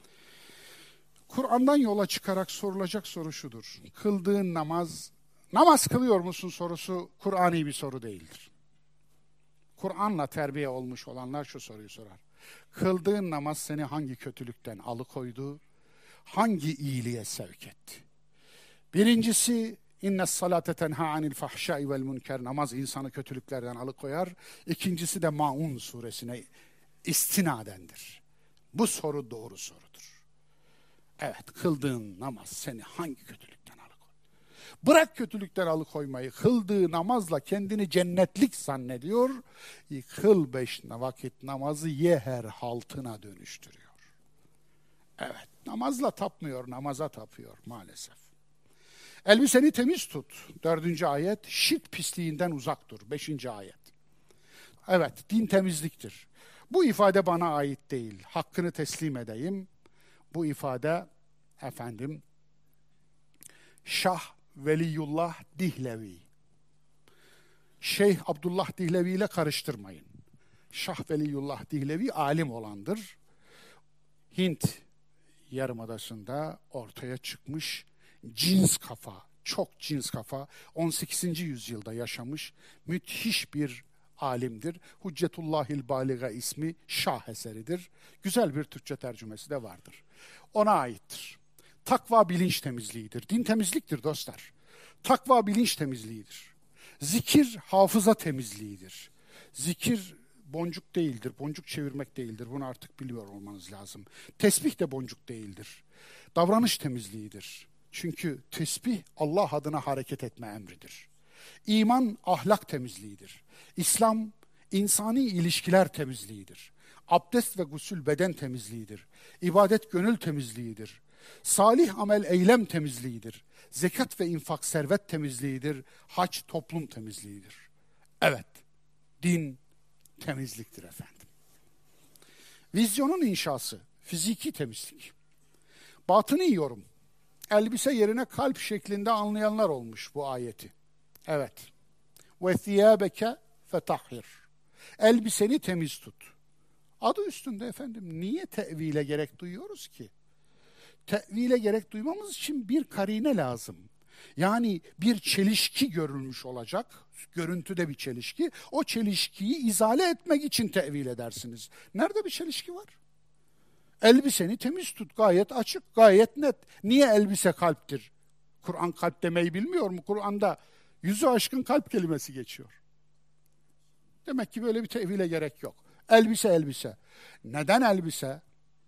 Kur'an'dan yola çıkarak sorulacak soru şudur. Kıldığın namaz, namaz kılıyor musun sorusu Kur'ani bir soru değildir. Kur'an'la terbiye olmuş olanlar şu soruyu sorar. Kıldığın namaz seni hangi kötülükten alıkoydu? Hangi iyiliğe sevk etti? Birincisi, inne salate tenha anil fahşai vel münker. Namaz insanı kötülüklerden alıkoyar. İkincisi de Maun suresine istinadendir. Bu soru doğru sorudur. Evet, kıldığın namaz seni hangi kötülükten alıkoydu? Bırak kötülükten alıkoymayı, kıldığı namazla kendini cennetlik zannediyor. Kıl beş vakit namazı yeher haltına dönüştürüyor. Evet, namazla tapmıyor, namaza tapıyor maalesef. Elbiseni temiz tut. Dördüncü ayet. Şirk pisliğinden uzak dur. Beşinci ayet. Evet, din temizliktir. Bu ifade bana ait değil. Hakkını teslim edeyim. Bu ifade efendim Şah Veliyullah Dihlevi. Şeyh Abdullah Dihlevi ile karıştırmayın. Şah Veliyullah Dihlevi alim olandır. Hint Yarımadası'nda ortaya çıkmış cins kafa, çok cins kafa, on sekizinci yüzyılda yaşamış müthiş bir alimdir. Hüccetullahil Baliga ismi şah eseridir. Güzel bir Türkçe tercümesi de vardır. Ona aittir. Takva bilinç temizliğidir. Din temizliktir dostlar. Takva bilinç temizliğidir. Zikir hafıza temizliğidir. Zikir boncuk değildir, boncuk çevirmek değildir. Bunu artık biliyor olmanız lazım. Tesbih de boncuk değildir. Davranış temizliğidir. Çünkü tesbih Allah adına hareket etme emridir. İman ahlak temizliğidir. İslam insani ilişkiler temizliğidir. Abdest ve gusül beden temizliğidir. İbadet gönül temizliğidir. Salih amel eylem temizliğidir. Zekat ve infak servet temizliğidir. Hac toplum temizliğidir. Evet, din temizliktir efendim. Vizyonun inşası, fiziki temizlik. Batıni yorum. Elbise yerine kalp şeklinde anlayanlar olmuş bu ayeti. Evet. Ve thiyâbeke fetahhir. Elbiseni temiz tut. Adı üstünde efendim. Niye tevile gerek duyuyoruz ki? Tevile gerek duymamız için bir karine lazım. Yani bir çelişki görülmüş olacak. Görüntüde bir çelişki. O çelişkiyi izale etmek için tevil edersiniz. Nerede bir çelişki var? Elbiseni temiz tut. Gayet açık, gayet net. Niye elbise kalptir? Kur'an kalp demeyi bilmiyor mu? Kur'an'da yüzü aşkın kalp kelimesi geçiyor. Demek ki böyle bir tevhile gerek yok. Elbise elbise. Neden elbise?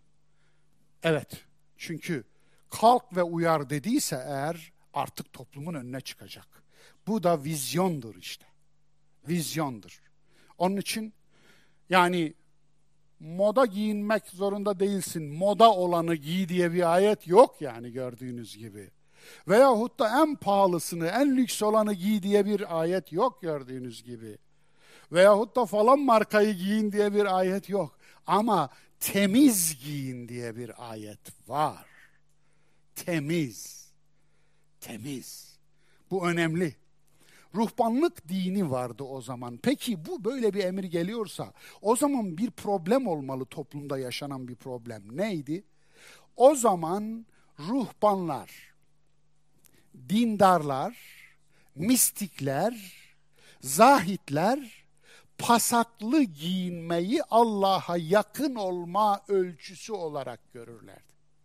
Evet, çünkü kalk ve uyar dediyse eğer artık toplumun önüne çıkacak. Bu da vizyondur işte. Vizyondur. Onun için yani moda giyinmek zorunda değilsin. Moda olanı giy diye bir ayet yok yani gördüğünüz gibi. Veyahut da en pahalısını, en lüks olanı giy diye bir ayet yok gördüğünüz gibi. Veyahut da falan markayı giyin diye bir ayet yok. Ama temiz giyin diye bir ayet var. Temiz. Temiz. Bu önemli. Ruhbanlık dini vardı o zaman. Peki bu böyle bir emir geliyorsa o zaman bir problem olmalı, toplumda yaşanan bir problem. Neydi? O zaman ruhbanlar, dindarlar, mistikler, zahitler pasaklı giyinmeyi Allah'a yakın olma ölçüsü olarak görürlerdi.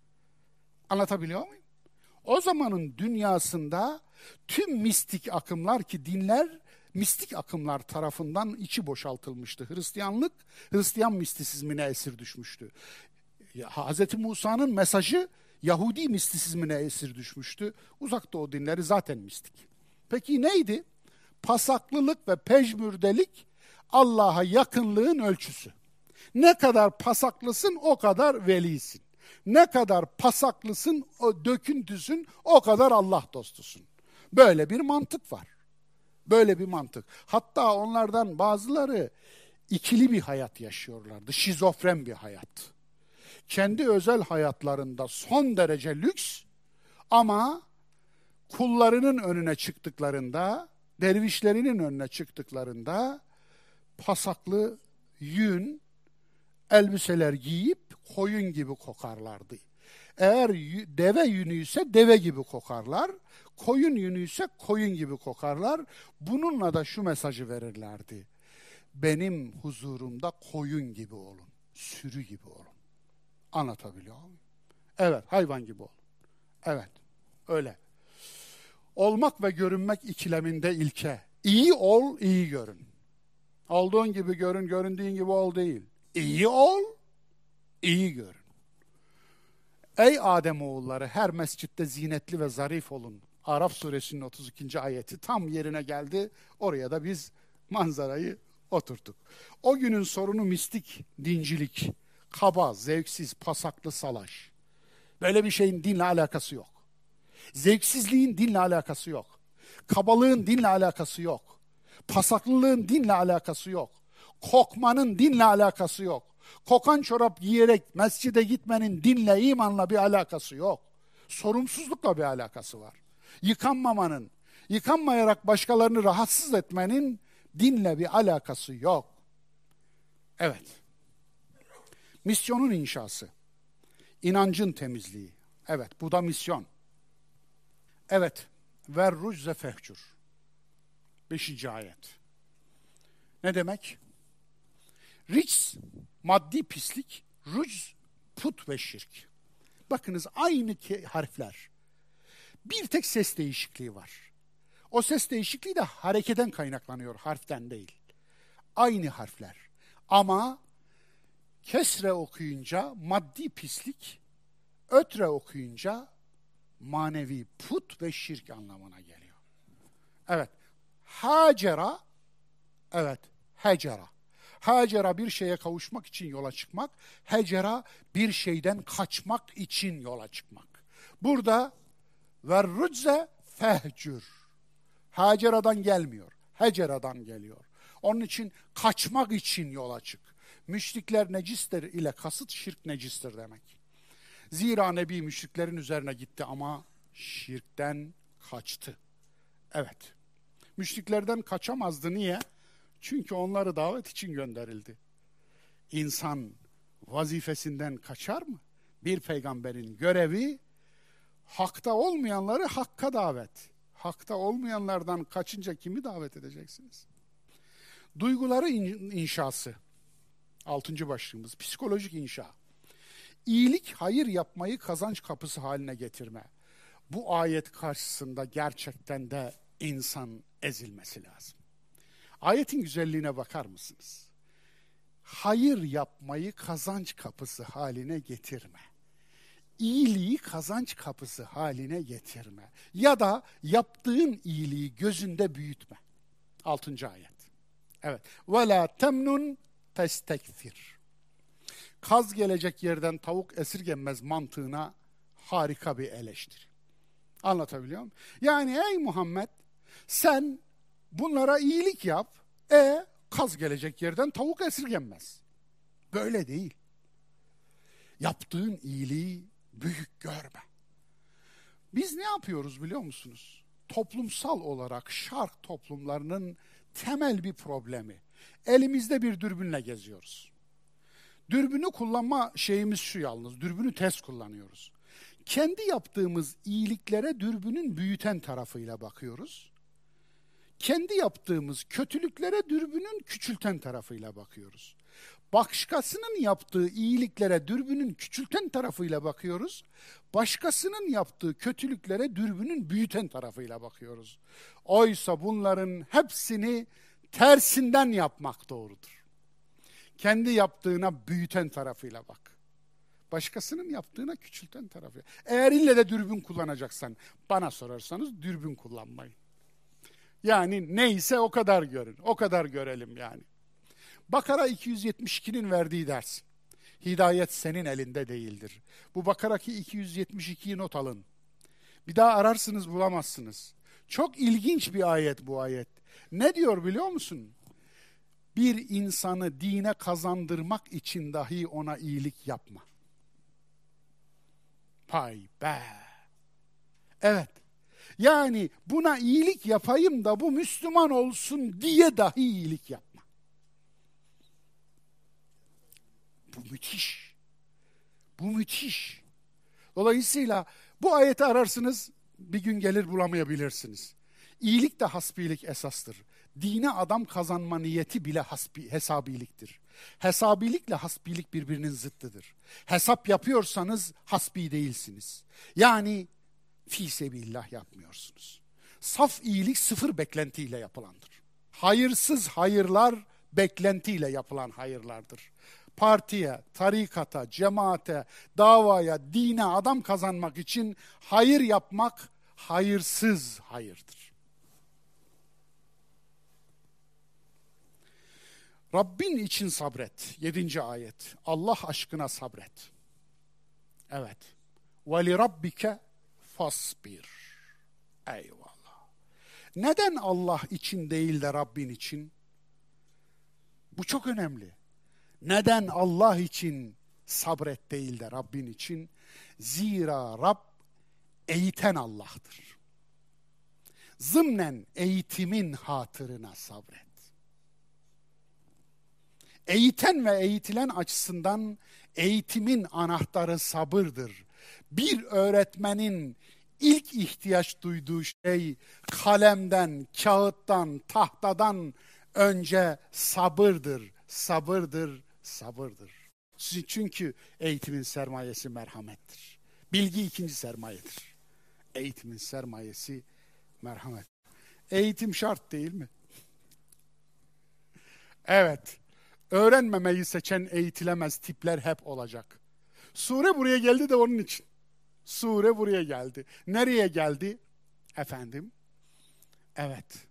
Anlatabiliyor muyum? O zamanın dünyasında tüm mistik akımlar, ki dinler mistik akımlar tarafından içi boşaltılmıştı. Hristiyanlık, Hristiyan mistisizmine esir düşmüştü. Hz. Musa'nın mesajı Yahudi mistisizmine esir düşmüştü. Uzak Doğu dinleri zaten mistik. Peki neydi? Pasaklılık ve pejmürdelik Allah'a yakınlığın ölçüsü. Ne kadar pasaklısın o kadar velisin. Ne kadar pasaklısın, o döküntüsün, o kadar Allah dostusun. Böyle bir mantık var. Böyle bir mantık. Hatta onlardan bazıları ikili bir hayat yaşıyorlardı. Şizofren bir hayat. Kendi özel hayatlarında son derece lüks ama kullarının önüne çıktıklarında, dervişlerinin önüne çıktıklarında pasaklı, yün elbiseler giyip koyun gibi kokarlardı. Eğer deve yünü ise deve gibi kokarlar, koyun yünü ise koyun gibi kokarlar. Bununla da şu mesajı verirlerdi: benim huzurumda koyun gibi olun, sürü gibi olun. Anlatabiliyor muyum? Evet, hayvan gibi olun. Evet, öyle. Olmak ve görünmek ikileminde ilke. İyi ol, iyi görün. Olduğun gibi görün, göründüğün gibi ol değil. İyi ol, iyi görün. Ey Ademoğulları, her mescitte zinetli ve zarif olun. Araf suresinin otuz ikinci ayeti tam yerine geldi. Oraya da biz manzarayı oturttuk. O günün sorunu mistik, dincilik, kaba, zevksiz, pasaklı salaş. Böyle bir şeyin dinle alakası yok. Zevksizliğin dinle alakası yok. Kabalığın dinle alakası yok. Pasaklılığın dinle alakası yok. Kokmanın dinle alakası yok. Kokan çorap giyerek mescide gitmenin dinle, imanla bir alakası yok. Sorumsuzlukla bir alakası var. Yıkanmamanın, yıkanmayarak başkalarını rahatsız etmenin dinle bir alakası yok. Evet. Misyonun inşası. İnancın temizliği. Evet, bu da misyon. Evet. Ver rucze fehcur. Beşinci ayet. Ne demek? Rics, maddi pislik, rucz, put ve şirk. Bakınız aynı harfler. Bir tek ses değişikliği var. O ses değişikliği de harekeden kaynaklanıyor, harften değil. Aynı harfler. Ama kesre okuyunca maddi pislik, ötre okuyunca manevi put ve şirk anlamına geliyor. Evet. Hacera, evet, hecera. Hacera bir şeye kavuşmak için yola çıkmak, hecera bir şeyden kaçmak için yola çıkmak. Burada ve rücze fehcür. Hacera'dan gelmiyor, hecera'dan geliyor. Onun için kaçmak için yola çık. Müşrikler necistir ile kasıt şirk necistir demek. Zira Nebi müşriklerin üzerine gitti ama şirkten kaçtı. Evet. Müşriklerden kaçamazdı. Niye? Çünkü onları davet için gönderildi. İnsan vazifesinden kaçar mı? Bir peygamberin görevi hakta olmayanları hakka davet. Hakta olmayanlardan kaçınca kimi davet edeceksiniz? Duyguları inşası. Altıncı başlığımız psikolojik inşa. İyilik, hayır yapmayı kazanç kapısı haline getirme. Bu ayet karşısında gerçekten de insan ezilmesi lazım. Ayetin güzelliğine bakar mısınız? Hayır yapmayı kazanç kapısı haline getirme. İyiliği kazanç kapısı haline getirme. Ya da yaptığın iyiliği gözünde büyütme. Altıncı ayet. Evet. وَلَا تَمْنُنْ تَسْتَكْفِرْ. Kaz gelecek yerden tavuk esirgenmez mantığına harika bir eleştiri. Anlatabiliyor muyum? Yani ey Muhammed, sen bunlara iyilik yap, e kaz gelecek yerden tavuk esirgenmez. Böyle değil. Yaptığın iyiliği büyük görme. Biz ne yapıyoruz biliyor musunuz? Toplumsal olarak şark toplumlarının temel bir problemi. Elimizde bir dürbünle geziyoruz. Dürbünü kullanma şeyimiz şu yalnız, dürbünü ters kullanıyoruz. Kendi yaptığımız iyiliklere dürbünün büyüten tarafıyla bakıyoruz. Kendi yaptığımız kötülüklere dürbünün küçülten tarafıyla bakıyoruz. Başkasının yaptığı iyiliklere dürbünün küçülten tarafıyla bakıyoruz. Başkasının yaptığı kötülüklere dürbünün büyüten tarafıyla bakıyoruz. Oysa bunların hepsini tersinden yapmak doğrudur. Kendi yaptığına büyüten tarafıyla bak. Başkasının yaptığına küçülten tarafıyla. Eğer ille de dürbün kullanacaksan, bana sorarsanız dürbün kullanmayın. Yani neyse o kadar görün, o kadar görelim yani. Bakara iki yüz yetmiş ikinin verdiği ders. Hidayet senin elinde değildir. Bu Bakara'ki iki yüz yetmiş ikiyi not alın. Bir daha ararsınız bulamazsınız. Çok ilginç bir ayet bu ayet. Ne diyor biliyor musun? Bir insanı dine kazandırmak için dahi ona iyilik yapma. Hay be! Evet. Yani buna iyilik yapayım da bu Müslüman olsun diye dahi iyilik yapma. Bu müthiş. Bu müthiş. Dolayısıyla bu ayeti ararsınız, bir gün gelir bulamayabilirsiniz. İyilik de hasbilik esastır. Dine adam kazanma niyeti bile hasbi, hesabiliktir. Hesabilikle hasbilik birbirinin zıttıdır. Hesap yapıyorsanız hasbi değilsiniz. Yani fi sebillah yapmıyorsunuz. Saf iyilik sıfır beklentiyle yapılandır. Hayırsız hayırlar beklentiyle yapılan hayırlardır. Partiye, tarikata, cemaate, davaya, dine adam kazanmak için hayır yapmak hayırsız hayırdır. Rabbin için sabret. Yedinci ayet. Allah aşkına sabret. Evet. وَلِرَبِّكَ fasbir. Eyvallah. Neden Allah için değil de Rabbin için? Bu çok önemli. Neden Allah için sabret değil de Rabbin için? Zira Rab eğiten Allah'tır. Zımnen eğitimin hatırına sabret. Eğiten ve eğitilen açısından eğitimin anahtarı sabırdır. Bir öğretmenin ilk ihtiyaç duyduğu şey kalemden, kağıttan, tahtadan önce sabırdır, sabırdır, sabırdır. Çünkü eğitimin sermayesi merhamettir. Bilgi ikinci sermayedir. Eğitimin sermayesi merhamet. Eğitim şart değil mi? Evet. Öğrenmemeyi seçen eğitilemez tipler hep olacak. Sure buraya geldi de onun için. Sure buraya geldi. Nereye geldi? Efendim? Evet.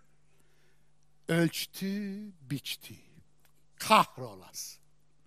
Ölçtü, biçti. Kahrolası.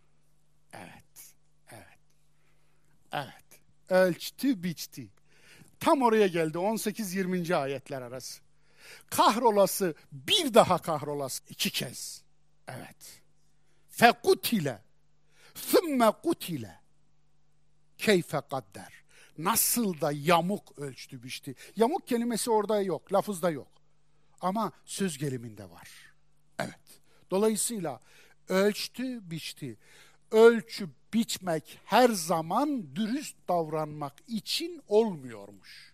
Evet. Evet. Evet. Ölçtü, biçti. Tam oraya geldi. on sekiz yirminci ayetler arası. Kahrolası, bir daha kahrolası. iki kez. Evet. Fekutile. Thümme kutile. Keyfe kadder. Nasıl da yamuk ölçtü biçti. Yamuk kelimesi orada yok, lafızda yok. Ama söz geliminde var. Evet. Dolayısıyla ölçtü, biçti. Ölçüp biçmek her zaman dürüst davranmak için olmuyormuş.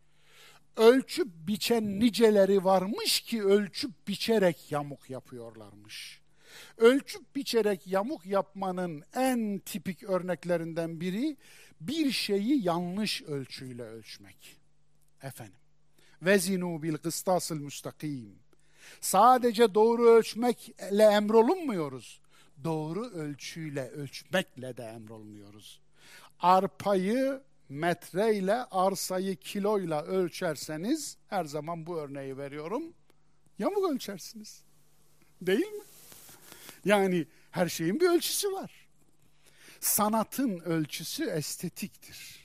Ölçüp biçen niceleri varmış ki ölçüp biçerek yamuk yapıyorlarmış. Ölçüp biçerek yamuk yapmanın en tipik örneklerinden biri bir şeyi yanlış ölçüyle ölçmek. Efendim. Vezinu bil kıstasıl müstakim. Sadece doğru ölçmekle emrolunmuyoruz. Doğru ölçüyle ölçmekle de emrolunuyoruz. Arpayı metreyle, arsayı kiloyla ölçerseniz, her zaman bu örneği veriyorum, yamuk ölçersiniz. Değil mi? Yani her şeyin bir ölçüsü var. Sanatın ölçüsü estetiktir.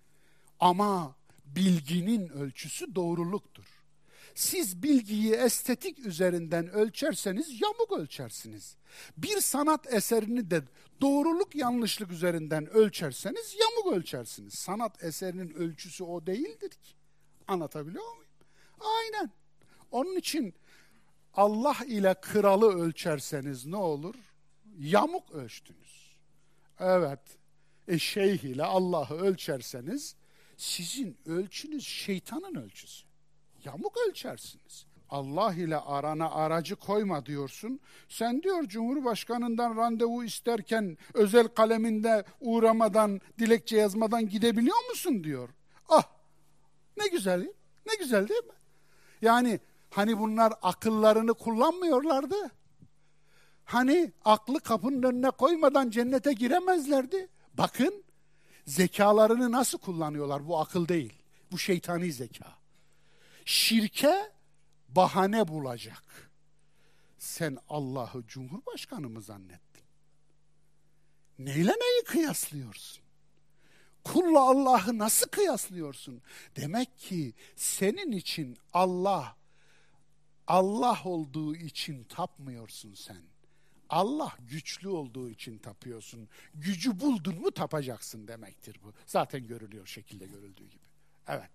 Ama bilginin ölçüsü doğruluktur. Siz bilgiyi estetik üzerinden ölçerseniz yamuk ölçersiniz. Bir sanat eserini de doğruluk yanlışlık üzerinden ölçerseniz yamuk ölçersiniz. Sanat eserinin ölçüsü o değildir ki. Anlatabiliyor muyum? Aynen. Onun için Allah ile kralı ölçerseniz ne olur? Yamuk ölçtünüz. Evet. E şeyh ile Allah'ı ölçerseniz sizin ölçünüz şeytanın ölçüsü. Yamuk ölçersiniz. Allah ile arana aracı koyma diyorsun. Sen diyor Cumhurbaşkanından randevu isterken özel kaleminde uğramadan, dilekçe yazmadan gidebiliyor musun diyor. Ah, ne güzel, ne güzel değil mi? Yani hani bunlar akıllarını kullanmıyorlardı. Hani aklı kapının önüne koymadan cennete giremezlerdi. Bakın zekalarını nasıl kullanıyorlar, bu akıl değil. Bu şeytani zeka. Şirke bahane bulacak. Sen Allah'ı Cumhurbaşkanı mı zannettin? Neyle neyi kıyaslıyorsun? Kulla Allah'ı nasıl kıyaslıyorsun? Demek ki senin için Allah, Allah olduğu için tapmıyorsun sen. Allah güçlü olduğu için tapıyorsun. Gücü buldun mu tapacaksın demektir bu. Zaten görülüyor şekilde görüldüğü gibi. Evet.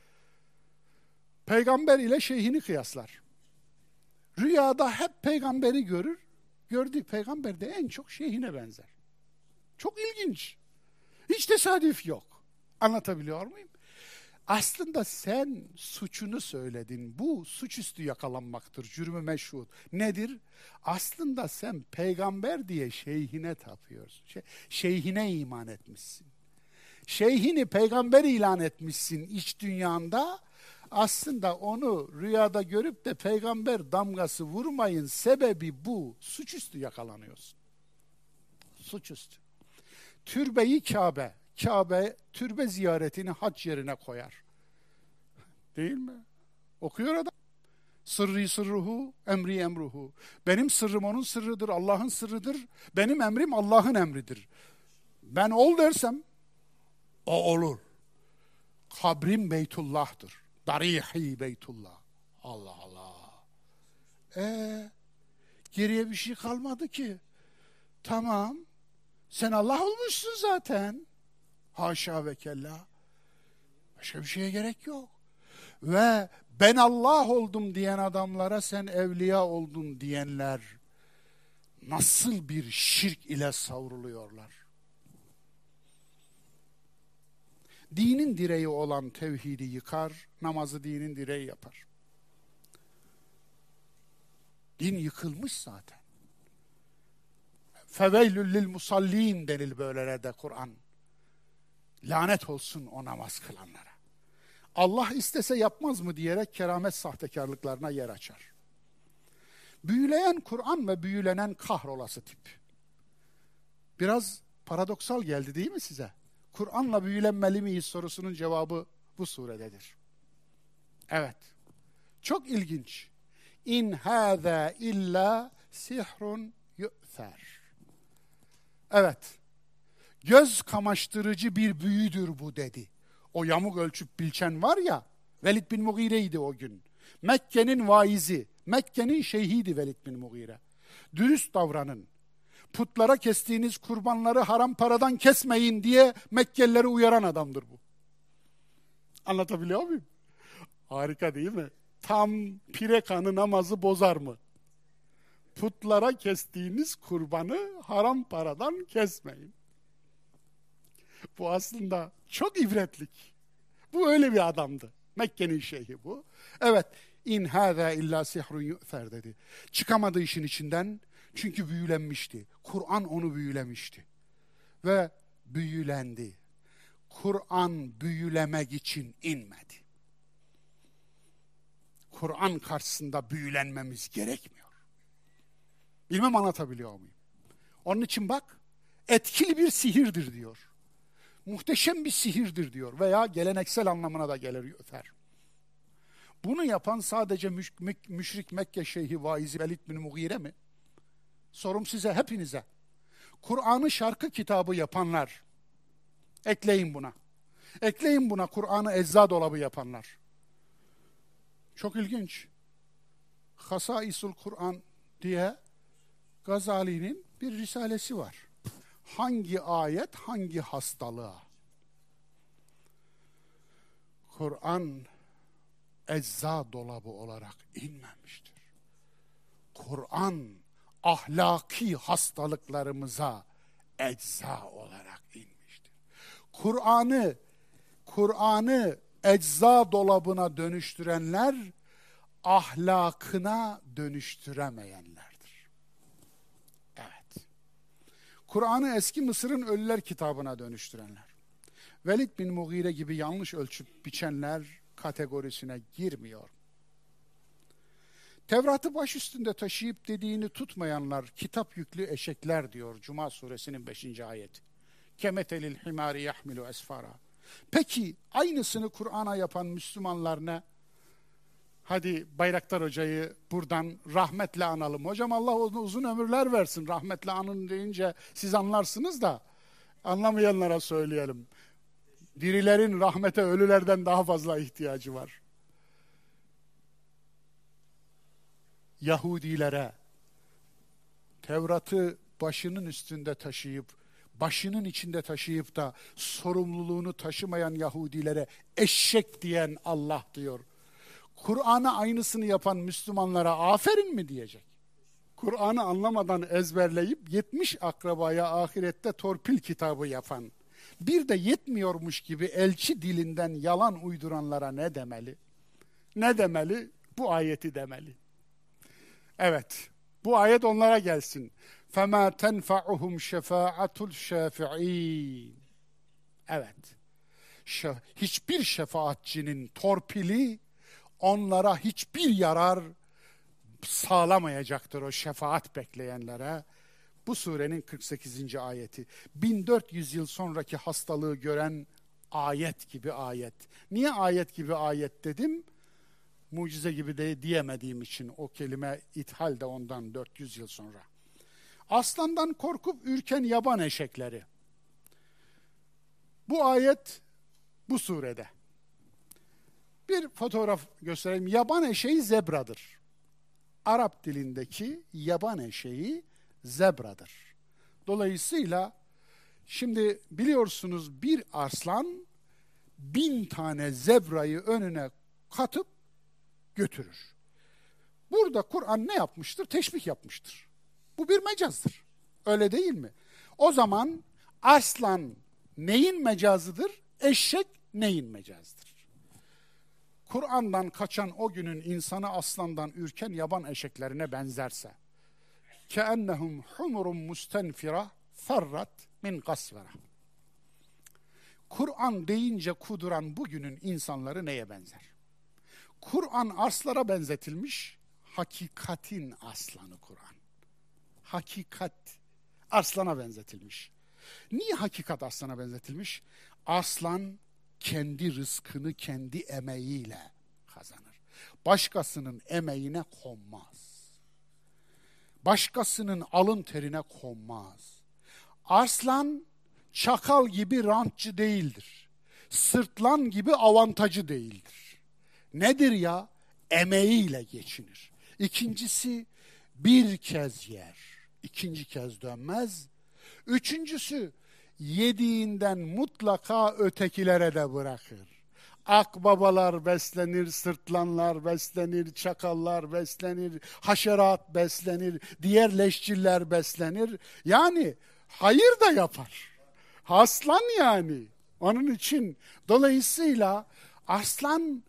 Peygamber ile şeyhini kıyaslar. Rüyada hep peygamberi görür. Gördüğü peygamber de en çok şeyhine benzer. Çok ilginç. Hiç tesadüf yok. Anlatabiliyor muyum? Aslında sen suçunu söyledin. Bu suçüstü yakalanmaktır. Cürmü meşhur. Nedir? Aslında sen peygamber diye şeyhine tapıyorsun. Şey, şeyhine iman etmişsin. Şeyhini peygamber ilan etmişsin iç dünyanda. Aslında onu rüyada görüp de peygamber damgası vurmayın sebebi bu. Suçüstü yakalanıyorsun. Suçüstü. Türbeyi Kabe, Kabe türbe ziyaretini hac yerine koyar. Değil mi? Okuyor adam. Sırrı sırruhu, emri emruhu. Benim sırrım onun sırrıdır, Allah'ın sırrıdır. Benim emrim Allah'ın emridir. Ben ol dersem, o olur. Kabrim Beytullah'tır. Darihi Beytullah. Allah Allah. Ee, geriye bir şey kalmadı ki. Tamam. Sen Allah olmuşsun zaten. Haşa ve kella. Başka bir şeye gerek yok. Ve ben Allah oldum diyen adamlara sen evliya oldun diyenler nasıl bir şirk ile savruluyorlar. Dinin direği olan tevhidi yıkar, namazı dinin direği yapar. Din yıkılmış zaten. Feveylül lil musallin denil böylelerde Kur'an. Lanet olsun o namaz kılanlara. Allah istese yapmaz mı diyerek keramet sahtekarlıklarına yer açar. Büyüleyen Kur'an ve büyülenen kahrolası tip. Biraz paradoksal geldi değil mi size? Kur'an'la büyülenmeli miyiz sorusunun cevabı bu surededir. Evet. Çok ilginç. İn hâzâ illa sihrun yu'fer. Evet. Göz kamaştırıcı bir büyüdür bu dedi. O yamuk ölçüp bilçen var ya, Velid bin Mughire'ydi o gün. Mekke'nin vaizi, Mekke'nin şeyhiydi Velid bin Mughire. Dürüst davranın. Putlara kestiğiniz kurbanları haram paradan kesmeyin diye Mekkelileri uyaran adamdır bu. Anlatabiliyor muyum? Harika değil mi? Tam pire kanı namazı bozar mı? Putlara kestiğiniz kurbanı haram paradan kesmeyin. Bu aslında çok ibretlik. Bu öyle bir adamdı. Mekke'nin şeyhi bu. Evet, in hâzâ illa sihrun yu'fer dedi. Çıkamadı işin içinden çünkü büyülenmişti. Kur'an onu büyülemişti. Ve büyülendi. Kur'an büyülemek için inmedi. Kur'an karşısında büyülenmemiz gerekmiyor. Bilmem anlatabiliyor muyum? Onun için bak, etkili bir sihirdir diyor. Muhteşem bir sihirdir diyor veya geleneksel anlamına da gelir öter. Bunu yapan sadece müş, mü, müşrik Mekke şeyhi vaizi Velid bin Mughire mi? Sorum size, hepinize. Kur'an'ı şarkı kitabı yapanlar, ekleyin buna. Ekleyin buna Kur'an'ı ecza dolabı yapanlar. Çok ilginç. Hasaisul Kur'an diye Gazali'nin bir risalesi var. Hangi ayet hangi hastalığa? Kur'an ecza dolabı olarak inmemiştir. Kur'an ahlaki hastalıklarımıza ecza olarak inmiştir. Kur'an'ı Kur'an'ı ecza dolabına dönüştürenler ahlakına dönüştüremeyenlerdir. Evet. Kur'an'ı eski Mısır'ın ölüler kitabına dönüştürenler. Velid bin Mughire gibi yanlış ölçüp biçenler kategorisine girmiyor. Tevrat'ı baş üstünde taşıyıp dediğini tutmayanlar kitap yüklü eşekler diyor Cuma suresinin beşinci ayeti. Kemetelil himari yahmilu esfara. Peki aynısını Kur'an'a yapan Müslümanlar ne? Hadi Bayraktar Hoca'yı buradan rahmetle analım. Hocam Allah ona uzun ömürler versin. Rahmetle anın deyince siz anlarsınız da anlamayanlara söyleyelim. Dirilerin rahmete ölülerden daha fazla ihtiyacı var. Yahudilere Tevrat'ı başının üstünde taşıyıp, başının içinde taşıyıp da sorumluluğunu taşımayan Yahudilere eşek diyen Allah diyor. Kur'an'a aynısını yapan Müslümanlara aferin mi diyecek? Kur'an'ı anlamadan ezberleyip yetmiş akrabaya ahirette torpil kitabı yapan, bir de yetmiyormuş gibi elçi dilinden yalan uyduranlara ne demeli? Ne demeli? Bu ayeti demeli. Evet, bu ayet onlara gelsin. فَمَا تَنْفَعُهُمْ شَفَاعَةُ الشَّافِعِينَ. Evet, hiçbir şefaatçinin torpili onlara hiçbir yarar sağlamayacaktır o şefaat bekleyenlere. Bu surenin kırk sekizinci ayeti. bin dört yüz yıl sonraki hastalığı gören ayet gibi ayet. Niye ayet gibi ayet dedim? Mucize gibi de diyemediğim için o kelime ithal de ondan dört yüz yıl sonra. Aslandan korkup ürken yaban eşekleri. Bu ayet bu surede. Bir fotoğraf göstereyim. Yaban eşeği zebradır. Arap dilindeki yaban eşeği zebradır. Dolayısıyla şimdi biliyorsunuz bir aslan bin tane zebrayı önüne katıp götürür. Burada Kur'an ne yapmıştır? Teşbih yapmıştır. Bu bir mecazdır. Öyle değil mi? O zaman aslan neyin mecazıdır? Eşek neyin mecazıdır? Kur'an'dan kaçan o günün insanı aslandan ürken yaban eşeklerine benzerse كَأَنَّهُمْ حُمُرٌ مُسْتَنْفِرَةٌ فَرَّتْ مِنْ قَسْوَرَةٍ. Kur'an deyince kuduran bugünün insanları neye benzer? Kur'an aslara benzetilmiş, hakikatin aslanı Kur'an. Hakikat aslana benzetilmiş. Niye hakikat aslana benzetilmiş? Aslan kendi rızkını kendi emeğiyle kazanır. Başkasının emeğine konmaz. Başkasının alın terine konmaz. Aslan çakal gibi rantçı değildir. Sırtlan gibi avantajı değildir. Nedir ya? Emeğiyle geçinir. İkincisi bir kez yer, ikinci kez dönmez. Üçüncüsü yediğinden mutlaka ötekilere de bırakır. Akbabalar beslenir, sırtlanlar beslenir, çakallar beslenir, haşerat beslenir, diğer leşçiller beslenir. Yani hayır da yapar. Aslan yani. Onun için dolayısıyla aslan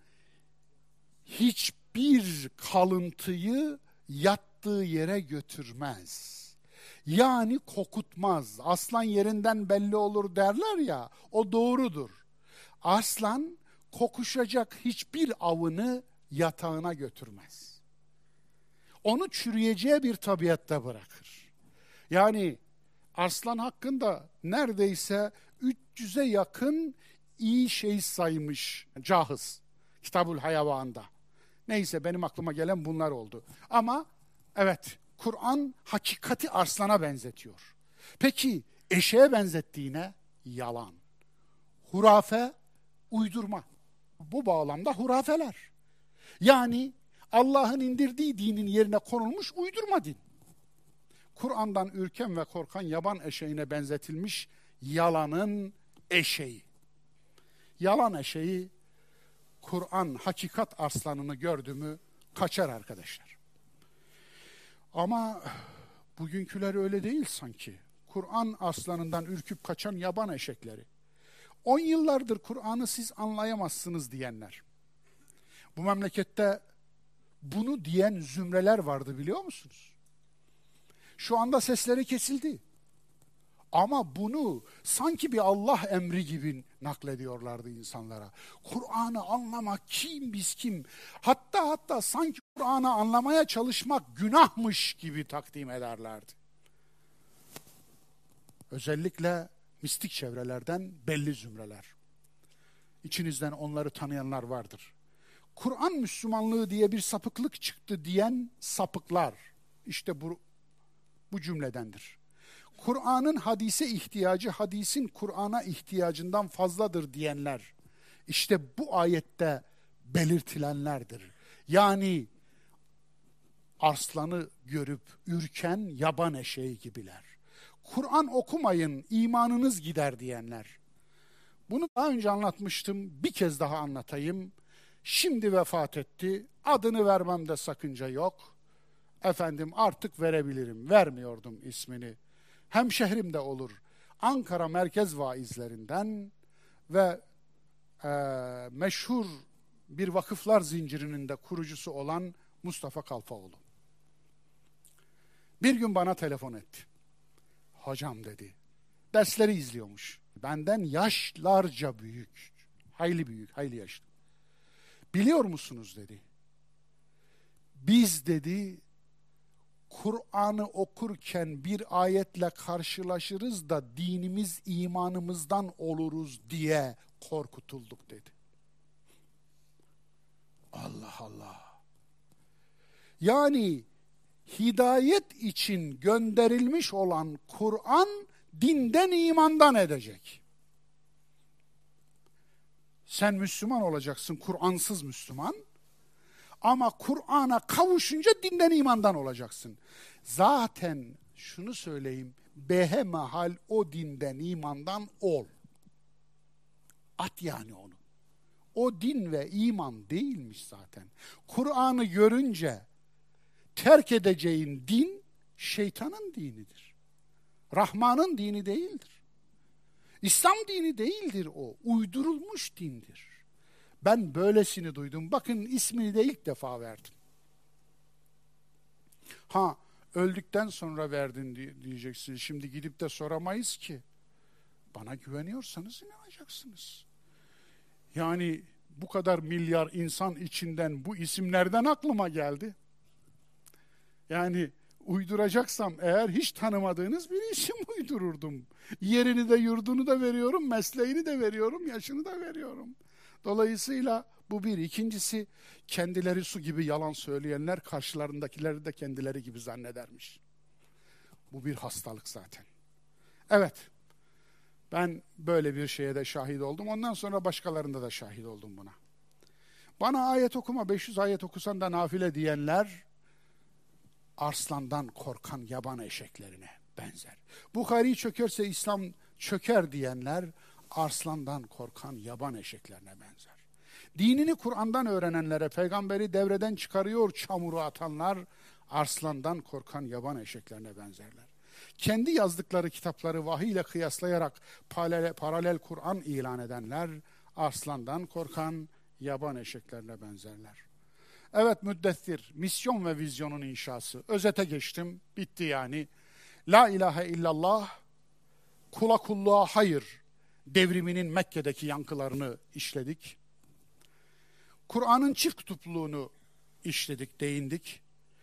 hiçbir kalıntıyı yattığı yere götürmez. Yani kokutmaz. Aslan yerinden belli olur derler ya, o doğrudur. Aslan kokuşacak hiçbir avını yatağına götürmez. Onu çürüyeceği bir tabiatta bırakır. Yani aslan hakkında neredeyse üç yüze yakın iyi şey saymış Cahız Kitabul Hayvan'da. Neyse benim aklıma gelen bunlar oldu. Ama evet, Kur'an hakikati aslana benzetiyor. Peki eşeğe benzettiğine yalan. Hurafe, uydurma. Bu bağlamda hurafeler. Yani Allah'ın indirdiği dinin yerine konulmuş uydurma din. Kur'an'dan ürken ve korkan yaban eşeğine benzetilmiş yalanın eşeği. Yalan eşeği Kur'an hakikat aslanını gördü mü kaçar arkadaşlar. Ama bugünküler öyle değil sanki. Kur'an aslanından ürküp kaçan yaban eşekleri. On yıllardır Kur'an'ı siz anlayamazsınız diyenler. Bu memlekette bunu diyen zümreler vardı, biliyor musunuz? Şu anda sesleri kesildi. Ama bunu sanki bir Allah emri gibi naklediyorlardı insanlara. Kur'an'ı anlamak kim biz kim? Hatta hatta sanki Kur'an'ı anlamaya çalışmak günahmış gibi takdim ederlerdi. Özellikle mistik çevrelerden belli zümreler. İçinizden onları tanıyanlar vardır. Kur'an Müslümanlığı diye bir sapıklık çıktı diyen sapıklar işte bu, bu cümledendir. Kur'an'ın hadise ihtiyacı hadisin Kur'an'a ihtiyacından fazladır diyenler işte bu ayette belirtilenlerdir. Yani arslanı görüp ürken yaban eşeği gibiler. Kur'an okumayın, imanınız gider diyenler. Bunu daha önce anlatmıştım, bir kez daha anlatayım. Şimdi vefat etti, adını vermemde sakınca yok. Efendim artık verebilirim, vermiyordum ismini. Hemşehrim de olur. Ankara merkez vaizlerinden ve e, meşhur bir vakıflar zincirinin de kurucusu olan Mustafa Kalfaoğlu. Bir gün bana telefon etti. Hocam dedi, dersleri izliyormuş. Benden yaşlarca büyük, hayli büyük, hayli yaşlı. Biliyor musunuz dedi. Biz dedi, Kur'an'ı okurken bir ayetle karşılaşırız da dinimiz imanımızdan oluruz diye korkutulduk dedi. Allah Allah. Yani hidayet için gönderilmiş olan Kur'an dinden imandan edecek. Sen Müslüman olacaksın, Kur'ansız Müslüman. Ama Kur'an'a kavuşunca dinden imandan olacaksın. Zaten şunu söyleyeyim, behemahal o dinden imandan ol. At yani onu. O din ve iman değilmiş zaten. Kur'an'ı görünce terk edeceğin din şeytanın dinidir. Rahman'ın dini değildir. İslam dini değildir o. Uydurulmuş dindir. Ben böylesini duydum. Bakın ismini de ilk defa verdim. Ha öldükten sonra verdin diyeceksin. Şimdi gidip de soramayız ki. Bana güveniyorsanız inanacaksınız. Yani bu kadar milyar insan içinden bu isim nereden aklıma geldi? Yani uyduracaksam eğer hiç tanımadığınız bir isim uydururdum. Yerini de yurdunu da veriyorum, mesleğini de veriyorum, yaşını da veriyorum. Dolayısıyla bu bir. İkincisi, kendileri su gibi yalan söyleyenler karşılarındakileri de kendileri gibi zannedermiş. Bu bir hastalık zaten. Evet, ben böyle bir şeye de şahit oldum. Ondan sonra başkalarında da şahit oldum buna. Bana ayet okuma, beş yüz ayet okusan da nafile diyenler, arslandan korkan yaban eşeklerine benzer. Bukhari çökerse İslam çöker diyenler, arslandan korkan yaban eşeklerine benzer. Dinini Kur'an'dan öğrenenlere, peygamberi devreden çıkarıyor çamuru atanlar, arslandan korkan yaban eşeklerine benzerler. Kendi yazdıkları kitapları vahiy ile kıyaslayarak paralel, paralel Kur'an ilan edenler, arslandan korkan yaban eşeklerine benzerler. Evet Müddessir, misyon ve vizyonun inşası. Özete geçtim, bitti yani. La ilahe illallah, kula kulluğa hayır devriminin Mekke'deki yankılarını işledik. Kur'an'ın çift kutupluğunu işledik, değindik.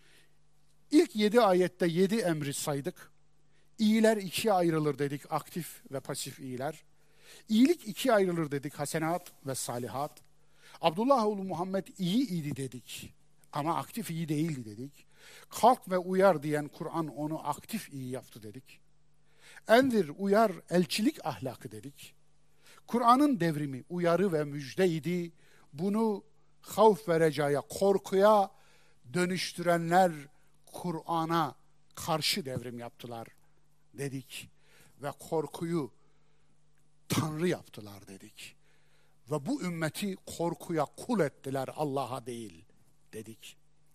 İlk yedi ayette yedi emri saydık. İyiler ikiye ayrılır dedik, aktif ve pasif iyiler. İyilik ikiye ayrılır dedik, hasenat ve salihat. Abdullah oğlu Muhammed iyi idi dedik ama aktif iyi değildi dedik. Kalk ve uyar diyen Kur'an onu aktif iyi yaptı dedik. Endir, uyar, elçilik ahlakı dedik. Kur'an'ın devrimi uyarı ve müjdeydi. Bunu havf ve recaya, korkuya dönüştürenler Kur'an'a karşı devrim yaptılar dedik. Ve korkuyu Tanrı yaptılar dedik. Ve bu ümmeti korkuya kul ettiler, Allah'a değil dedik.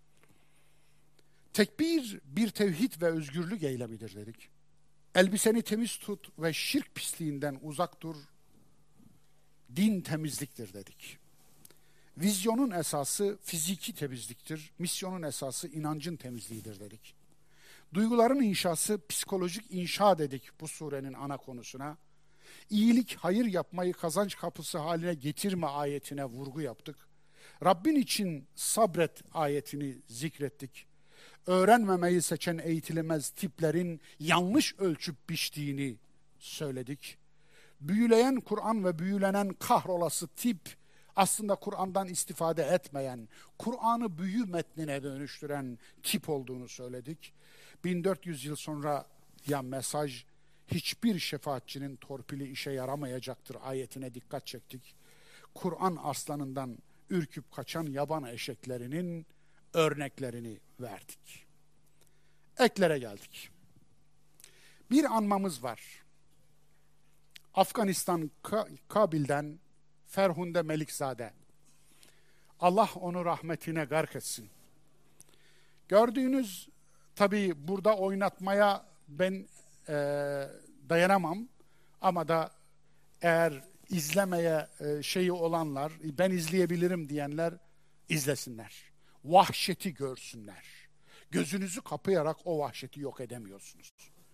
Tekbir bir tevhid ve özgürlük eylemidir dedik. Elbiseni temiz tut ve şirk pisliğinden uzak dur. Din temizliktir dedik. Vizyonun esası fiziki temizliktir, misyonun esası inancın temizliğidir dedik. Duyguların inşası psikolojik inşa dedik bu surenin ana konusuna. İyilik, hayır yapmayı kazanç kapısı haline getirme ayetine vurgu yaptık. Rabbin için sabret ayetini zikrettik. Öğrenmemeyi seçen eğitilemez tiplerin yanlış ölçüp biçtiğini söyledik. Büyüleyen Kur'an ve büyülenen kahrolası tip aslında Kur'an'dan istifade etmeyen, Kur'an'ı büyü metnine dönüştüren tip olduğunu söyledik. bin dört yüz yıl sonra ya mesaj hiçbir şefaatçinin torpili işe yaramayacaktır ayetine dikkat çektik. Kur'an aslanından ürküp kaçan yaban eşeklerinin örneklerini verdik. Eklere geldik. Bir anmamız var. Afganistan Kabil'den Ferhunde Melikzade. Allah onu rahmetine gark etsin. Gördüğünüz, tabii burada oynatmaya ben e, dayanamam ama da eğer izlemeye e, şeyi olanlar, ben izleyebilirim diyenler izlesinler. Vahşeti görsünler. Gözünüzü kapayarak o vahşeti yok edemiyorsunuz.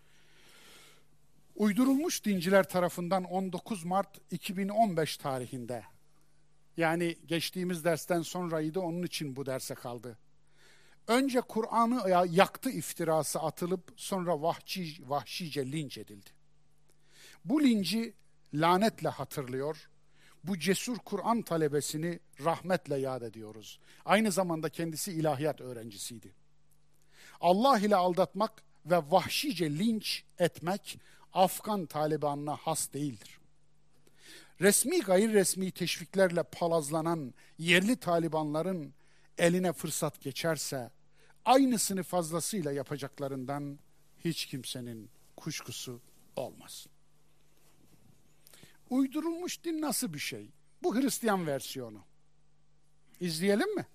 Uydurulmuş dinciler tarafından on dokuz Mart iki bin on beş tarihinde, yani geçtiğimiz dersten sonraydı, onun için bu derse kaldı. Önce Kur'an'ı yaktı iftirası atılıp sonra vahşi, vahşice linç edildi. Bu linci lanetle hatırlıyor, bu cesur Kur'an talebesini rahmetle yad ediyoruz. Aynı zamanda kendisi ilahiyat öğrencisiydi. Allah ile aldatmak ve vahşice linç etmek Afgan Taliban'ına has değildir. Resmi gayri resmi teşviklerle palazlanan yerli Talibanların eline fırsat geçerse aynısını fazlasıyla yapacaklarından hiç kimsenin kuşkusu olmaz. Uydurulmuş din nasıl bir şey? Bu Hristiyan versiyonu. İzleyelim mi?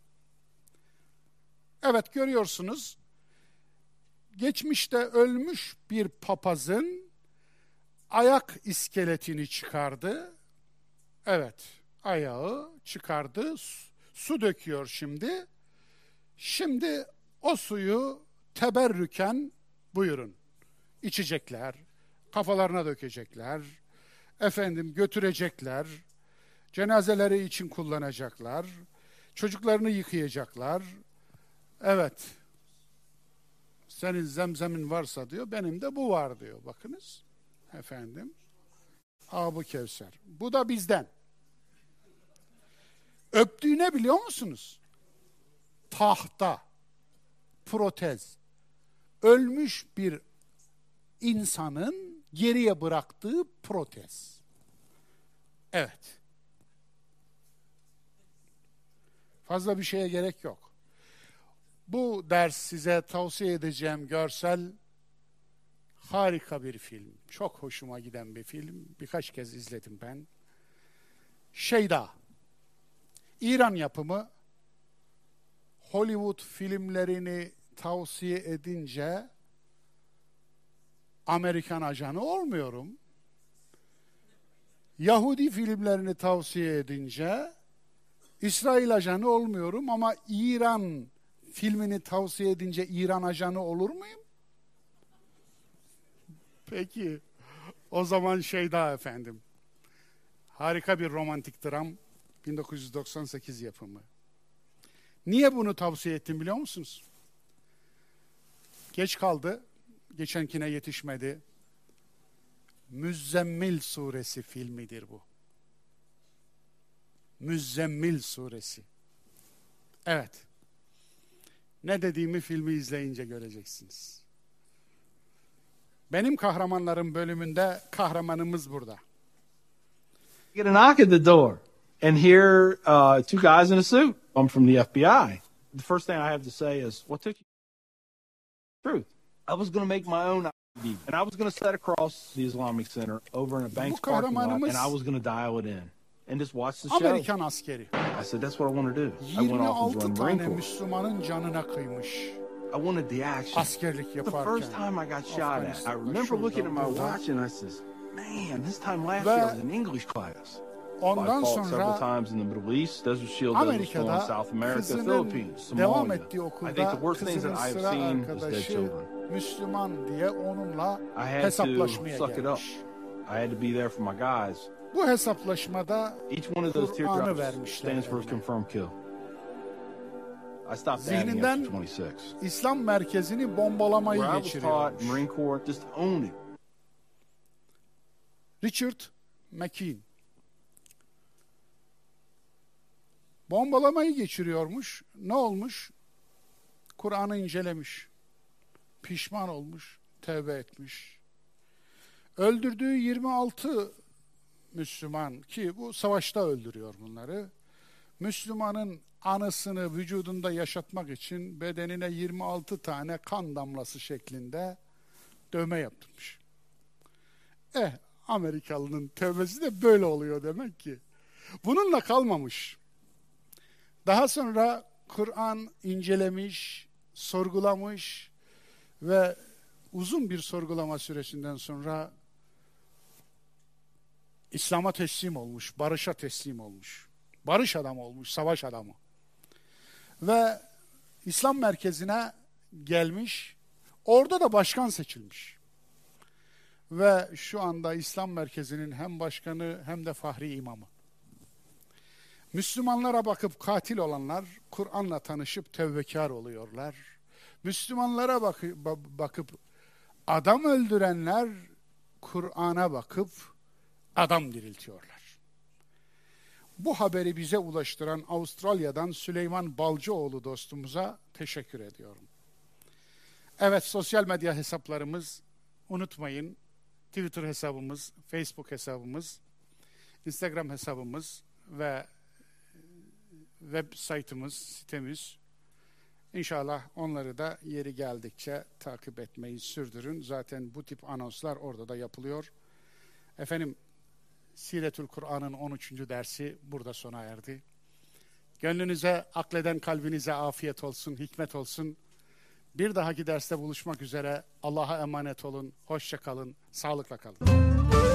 Evet, görüyorsunuz. Geçmişte ölmüş bir papazın ayak iskeletini çıkardı. Evet, ayağı çıkardı. Su döküyor şimdi. Şimdi o suyu teberrüken buyurun. İçecekler, kafalarına dökecekler, efendim götürecekler, cenazeleri için kullanacaklar, çocuklarını yıkayacaklar. Evet, senin zemzemin varsa diyor, benim de bu var diyor. Bakınız efendim, Ab-ı Kevser. Bu da bizden. Öptüğüne biliyor musunuz? Tahta, protez. Ölmüş bir insanın geriye bıraktığı protez. Evet. Fazla bir şeye gerek yok. Bu ders size tavsiye edeceğim görsel harika bir film. Çok hoşuma giden bir film. Birkaç kez izledim ben. Şeyda. İran yapımı. Hollywood filmlerini tavsiye edince Amerikan ajanı olmuyorum. Yahudi filmlerini tavsiye edince İsrail ajanı olmuyorum ama İran filmini tavsiye edince İran ajanı olur muyum? Peki, o zaman Şeyda efendim. Harika bir romantik dram, bin dokuz yüz doksan sekiz yapımı. Niye bunu tavsiye ettim biliyor musunuz? Geç kaldı, geçenkine yetişmedi. Müzzemmil suresi filmidir bu. Müzzemmil suresi. Evet. Ne dediğimi filmi izleyince göreceksiniz. Benim kahramanlarım bölümünde kahramanımız burada.
Get a knock at the door and hear uh, two guys in a suit. I'm from the F B I. The first thing I have to say is, what took you? Truth. I was going to make my own I D, and I was going to set across the Islamic Center over in a bank's parking lot, and I was going to dial it in and just watch the show.
Amerikan askeri.
I said, that's what I want to do. I went off and joined the Marine
tane
Corps.
Müslümanın canına kıymış.
I wanted the action.
Askerlik
The
yaparken.
first time I got shot at, I remember looking at my watch and I says, man, this time last
Ve
year I was in English class.
Ondan
fought several
sonra
times in the Middle East. Desert Shield does what's going on in South
Amerika'da
America,
kızının
Philippines,
devam
Somalia.
ettiği
I think the
okulda
worst things
kızının
that I've
sıra
seen is dead
arkadaşı
children.
Müslüman diye onunla
I had to
hesaplaşmaya
suck it up.
gelmiş.
I had to be there for my guys.
Bu hesaplaşmada
Each one of those
Kur'an'ı
teardrops
vermişler
stands for a
eline.
confirmed kill. I stopped adding
Zihninden
after twenty-six.
İslam merkezini bombalamayı
Where I was taught,
geçiriyormuş.
Marine Corps, just own it.
Richard McKean bombalamayı geçiriyormuş. Ne olmuş? Kur'an'ı incelemiş. Pişman olmuş. Tevbe etmiş. Öldürdüğü yirmi altı Müslüman, ki bu savaşta öldürüyor bunları. Müslümanın anısını vücudunda yaşatmak için bedenine yirmi altı tane kan damlası şeklinde dövme yaptırmış. Eh, Amerikalı'nın tövbesi de böyle oluyor demek ki. Bununla kalmamış. Daha sonra Kur'an incelemiş, sorgulamış ve uzun bir sorgulama süresinden sonra İslam'a teslim olmuş, barışa teslim olmuş. Barış adamı olmuş, savaş adamı. Ve İslam merkezine gelmiş, orada da başkan seçilmiş. Ve şu anda İslam merkezinin hem başkanı hem de fahri imamı. Müslümanlara bakıp katil olanlar Kur'an'la tanışıp tevbekar oluyorlar. Müslümanlara bak bakıp adam öldürenler Kur'an'a bakıp adam diriltiyorlar. Bu haberi bize ulaştıran Avustralya'dan Süleyman Balcıoğlu dostumuza teşekkür ediyorum. Evet, sosyal medya hesaplarımız, unutmayın, Twitter hesabımız, Facebook hesabımız, Instagram hesabımız ve web saytımız, sitemiz. İnşallah onları da yeri geldikçe takip etmeyi sürdürün. Zaten bu tip anonslar orada da yapılıyor. Efendim, Siretül Kur'an'ın on üçüncü dersi burada sona erdi. Gönlünüze, akleden kalbinize afiyet olsun, hikmet olsun. Bir dahaki derste buluşmak üzere. Allah'a emanet olun, hoşça kalın, sağlıkla kalın.